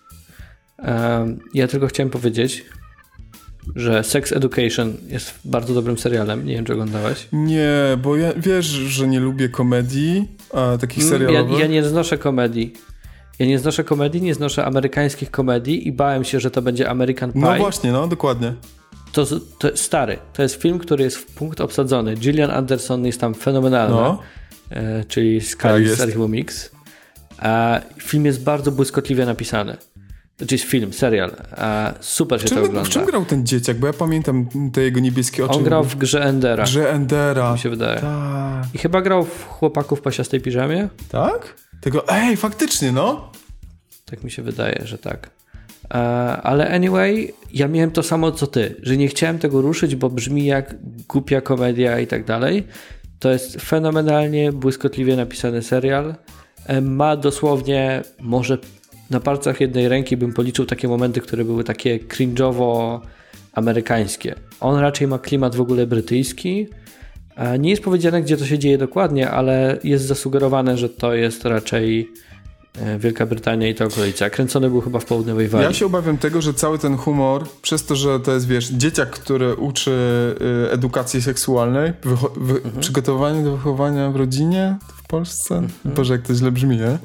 Ja tylko chciałem powiedzieć, że Sex Education jest bardzo dobrym serialem. Nie wiem, czy oglądałeś. Nie, bo ja wiesz, że nie lubię komedii, takich serialowych. Ja nie znoszę komedii. Nie znoszę amerykańskich komedii i bałem się, że to będzie American Pie. No właśnie, no dokładnie. To stary. To jest film, który jest w punkt obsadzony. Gillian Anderson jest tam fenomenalna. Czyli Scully z Archiwum Mix. Film jest bardzo błyskotliwie napisany. Znaczy jest film, serial. Super się to ogląda. W czym grał ten dzieciak? Bo ja pamiętam te jego niebieskie oczy. On grał w Grze Endera. Grze Endera. Mi się wydaje. Tak. I chyba grał w Chłopaków w pasiastej piżamie. Tak? Faktycznie, no. Tak mi się wydaje, że tak. Ale anyway, ja miałem to samo co ty, że nie chciałem tego ruszyć, bo brzmi jak głupia komedia i tak dalej. To jest fenomenalnie, błyskotliwie napisany serial. Ma dosłownie, może na palcach jednej ręki bym policzył takie momenty, które były takie cringe'owo amerykańskie. On raczej ma klimat w ogóle brytyjski. Nie jest powiedziane, gdzie to się dzieje dokładnie, ale jest zasugerowane, że to jest raczej Wielka Brytania i te okolice. A kręcony był chyba w Południowej Walii. Ja się obawiam tego, że cały ten humor, przez to, że to jest, wiesz, dzieciak, który uczy edukacji seksualnej, przygotowanie do wychowania w rodzinie w Polsce. Boże, jak to źle brzmi, nie?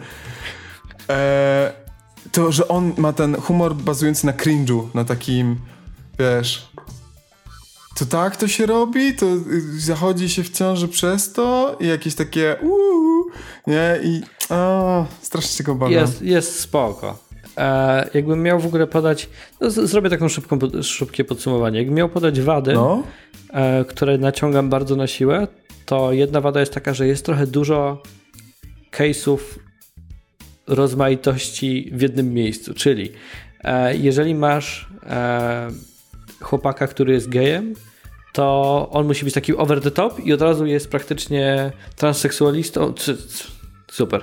To, że on ma ten humor bazujący na cringe'u, na takim, wiesz... To tak to się robi? To zachodzi się w ciąży przez to? I jakieś takie nie? I strasznie się go obawiam. Jest spoko. Jakbym miał w ogóle podać... No, zrobię taką szybkie podsumowanie. Jakbym miał podać wady, które naciągam bardzo na siłę, to jedna wada jest taka, że jest trochę dużo case'ów rozmaitości w jednym miejscu. Czyli jeżeli masz chłopaka, który jest gejem, to on musi być taki over the top i od razu jest praktycznie transseksualistą. Super.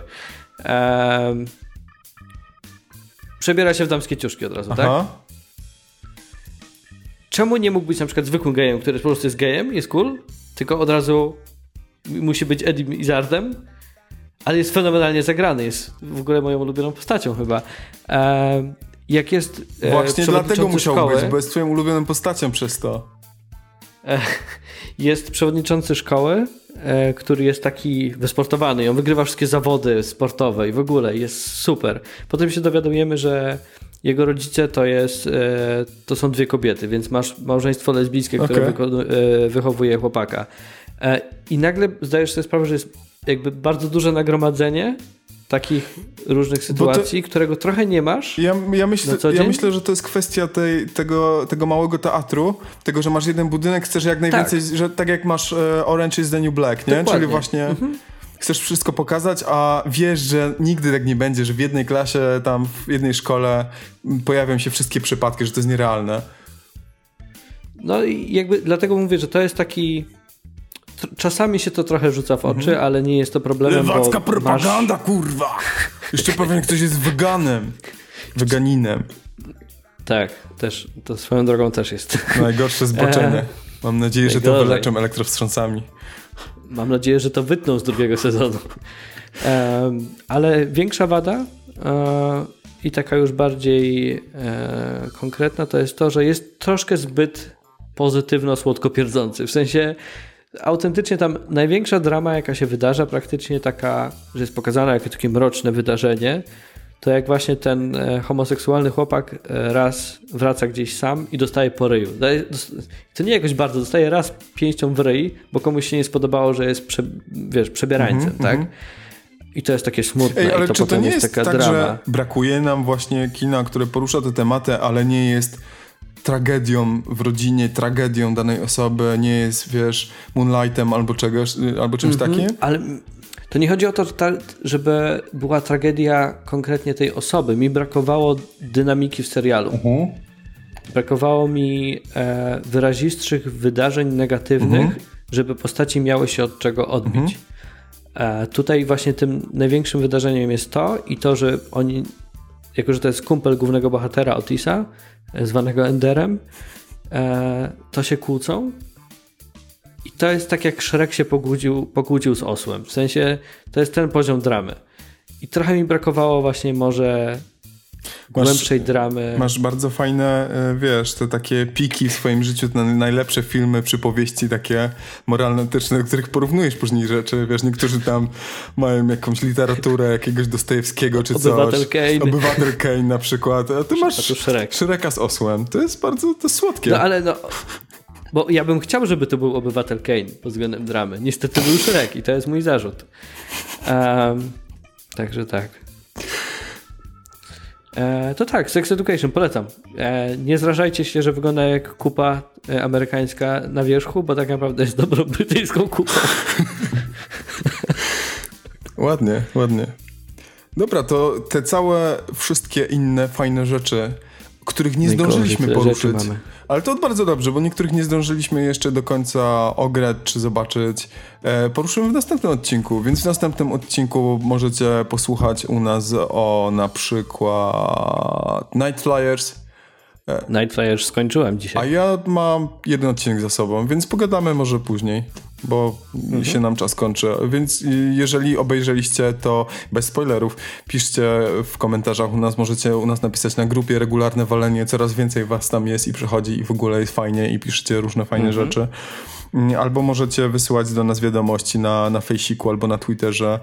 Przebiera się w damskie ciuszki od razu, tak? Czemu nie mógł być na przykład zwykłym gejem, który po prostu jest gejem, jest cool, tylko od razu musi być Edim Izzardem, ale jest fenomenalnie zagrany, jest w ogóle moją ulubioną postacią chyba. Jak jest właśnie dlatego musiał być, bo jest twoją ulubioną postacią przez to. Jest przewodniczący szkoły, który jest taki wysportowany i on wygrywa wszystkie zawody sportowe i w ogóle jest super. Potem się dowiadujemy, że jego rodzice to są dwie kobiety, więc masz małżeństwo lesbijskie, które wychowuje chłopaka. I nagle zdajesz sobie sprawę, że jest jakby bardzo duże nagromadzenie takich różnych sytuacji, którego trochę nie masz. Ja myślę, że to jest kwestia tego małego teatru, tego, że masz jeden budynek, chcesz jak najwięcej, że tak jak masz Orange is the New Black, nie? Czyli właśnie chcesz wszystko pokazać, a wiesz, że nigdy tak nie będzie, że w jednej klasie, tam w jednej szkole pojawią się wszystkie przypadki, że to jest nierealne. No i jakby dlatego mówię, że to jest taki... Czasami się to trochę rzuca w oczy, ale nie jest to problemem, lewacka propaganda, kurwa! Jeszcze pewnie ktoś jest weganinem. Tak, też, to swoją drogą też jest. Najgorsze zboczenie. Mam nadzieję, że to wyleczą elektrowstrząsami. mam nadzieję, że to wytną z drugiego sezonu. Ale większa wada i taka już bardziej konkretna to jest to, że jest troszkę zbyt pozytywno-słodko pierdzący. W sensie autentycznie tam największa drama, jaka się wydarza, praktycznie taka, że jest pokazana jako takie mroczne wydarzenie, to jak właśnie ten homoseksualny chłopak raz wraca gdzieś sam i dostaje po ryju. To nie jakoś bardzo, dostaje raz pięścią w ryj, bo komuś się nie spodobało, że jest przebierańcem, tak? I to jest takie smutne. Ale i to czy to potem nie jest jest taka tak, drama. że brakuje nam właśnie kina, które porusza te tematy, ale nie jest tragedią w rodzinie, tragedią danej osoby, nie jest, wiesz, Moonlightem albo czegoś, albo czymś takim? Ale to nie chodzi o to, żeby była tragedia konkretnie tej osoby. Mi brakowało dynamiki w serialu. Brakowało mi wyrazistszych wydarzeń negatywnych, żeby postaci miały się od czego odbić. Tutaj właśnie tym największym wydarzeniem jest to i to, że oni, jako że to jest kumpel głównego bohatera Otisa, zwanego Enderem, to się kłócą. I to jest tak, jak Shrek się pokłócił z osłem. W sensie to jest ten poziom dramy. I trochę mi brakowało właśnie może głębszej dramy. Masz bardzo fajne, wiesz, te takie piki w swoim życiu, te najlepsze filmy, przypowieści takie moralno-etyczne, do których porównujesz później rzeczy. Wiesz, niektórzy tam mają jakąś literaturę jakiegoś Dostojewskiego czy Obywatel coś. Kane. Obywatel Kane na przykład. A ty masz Shrek. Shreka z osłem. To jest bardzo słodkie. No ale bo ja bym chciał, żeby to był Obywatel Kane pod względem dramy. Niestety był Shrek i to jest mój zarzut. Także tak. To tak, Sex Education, polecam. Nie zrażajcie się, że wygląda jak kupa amerykańska na wierzchu, bo tak naprawdę jest dobrą brytyjską kupą. Ładnie. Dobra, to te całe wszystkie inne fajne rzeczy, których nie zdążyliśmy poruszyć. Ale to bardzo dobrze, bo niektórych nie zdążyliśmy jeszcze do końca ograć czy zobaczyć. Poruszymy w następnym odcinku, więc w następnym odcinku możecie posłuchać u nas o na przykład Night Flyers. Night Flyers skończyłem dzisiaj. A ja mam jeden odcinek za sobą, więc pogadamy może później, bo się nam czas kończy. Więc jeżeli obejrzeliście, to bez spoilerów piszcie w komentarzach u nas, możecie u nas napisać na grupie Regularne Walenie, coraz więcej was tam jest i przychodzi i w ogóle jest fajnie i piszcie różne fajne rzeczy. Albo możecie wysyłać do nas wiadomości na Fejsiku albo na Twitterze.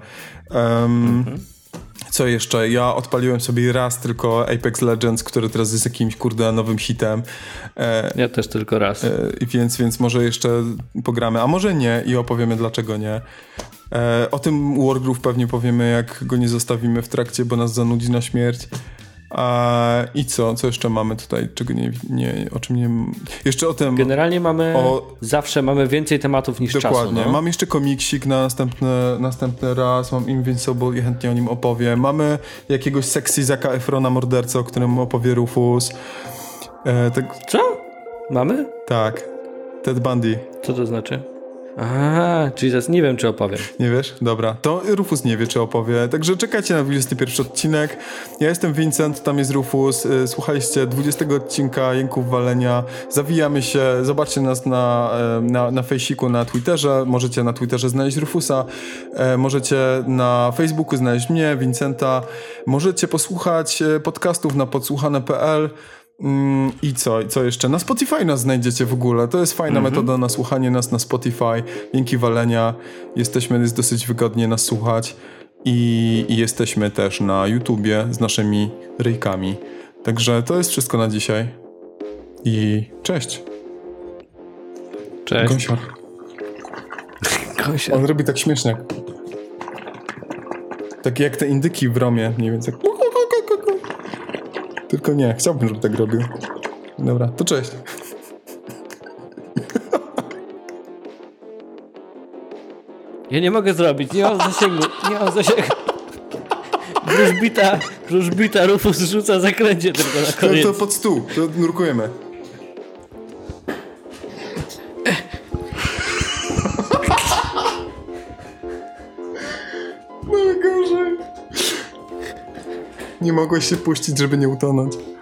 Co jeszcze? Ja odpaliłem sobie raz tylko Apex Legends, który teraz jest jakimś, nowym hitem. Ja też tylko raz. Więc może jeszcze pogramy, a może nie i opowiemy dlaczego nie. O tym Wargroove pewnie powiemy, jak go nie zostawimy w trakcie, bo nas zanudzi na śmierć. I co? Co jeszcze mamy tutaj? Czego o czym nie... Jeszcze o tym... Generalnie zawsze mamy więcej tematów niż czasu. Dokładnie. Mam jeszcze komiksik na następny raz. Mam Invincible i chętnie o nim opowiem. Mamy jakiegoś sexy Zacka Efrona mordercę, o którym opowie Rufus. Co? Mamy? Tak. Ted Bundy. Co to znaczy? Jesus, nie wiem, czy opowiem. Nie wiesz? Dobra. To Rufus nie wie, czy opowie. Także czekajcie na 21 odcinek. Ja jestem Vincent, tam jest Rufus. Słuchaliście 20 odcinka Jęków Walenia. Zawijamy się. Zobaczcie nas na Fejsiku, na Twitterze. Możecie na Twitterze znaleźć Rufusa. Możecie na Facebooku znaleźć mnie, Vincenta. Możecie posłuchać podcastów na podsłuchane.pl. I co jeszcze? Na Spotify nas znajdziecie w ogóle. To jest fajna metoda na słuchanie nas na Spotify. Jęki Walenia. Jest dosyć wygodnie nas słuchać. I jesteśmy też na YouTubie z naszymi ryjkami. Także to jest wszystko na dzisiaj. I cześć. Cześć. Gąsior. On robi tak śmiesznie. Tak jak te indyki w Romie. Mniej więcej. Tylko nie, chciałbym, żeby tak robił. Dobra, to cześć. Ja nie mogę zrobić, nie mam zasięgu. Wróżbita Rufus rzuca zaklęcie tylko na koniec. To pod stół, to nurkujemy. Najgorzej. Nie mogłeś się puścić, żeby nie utonąć.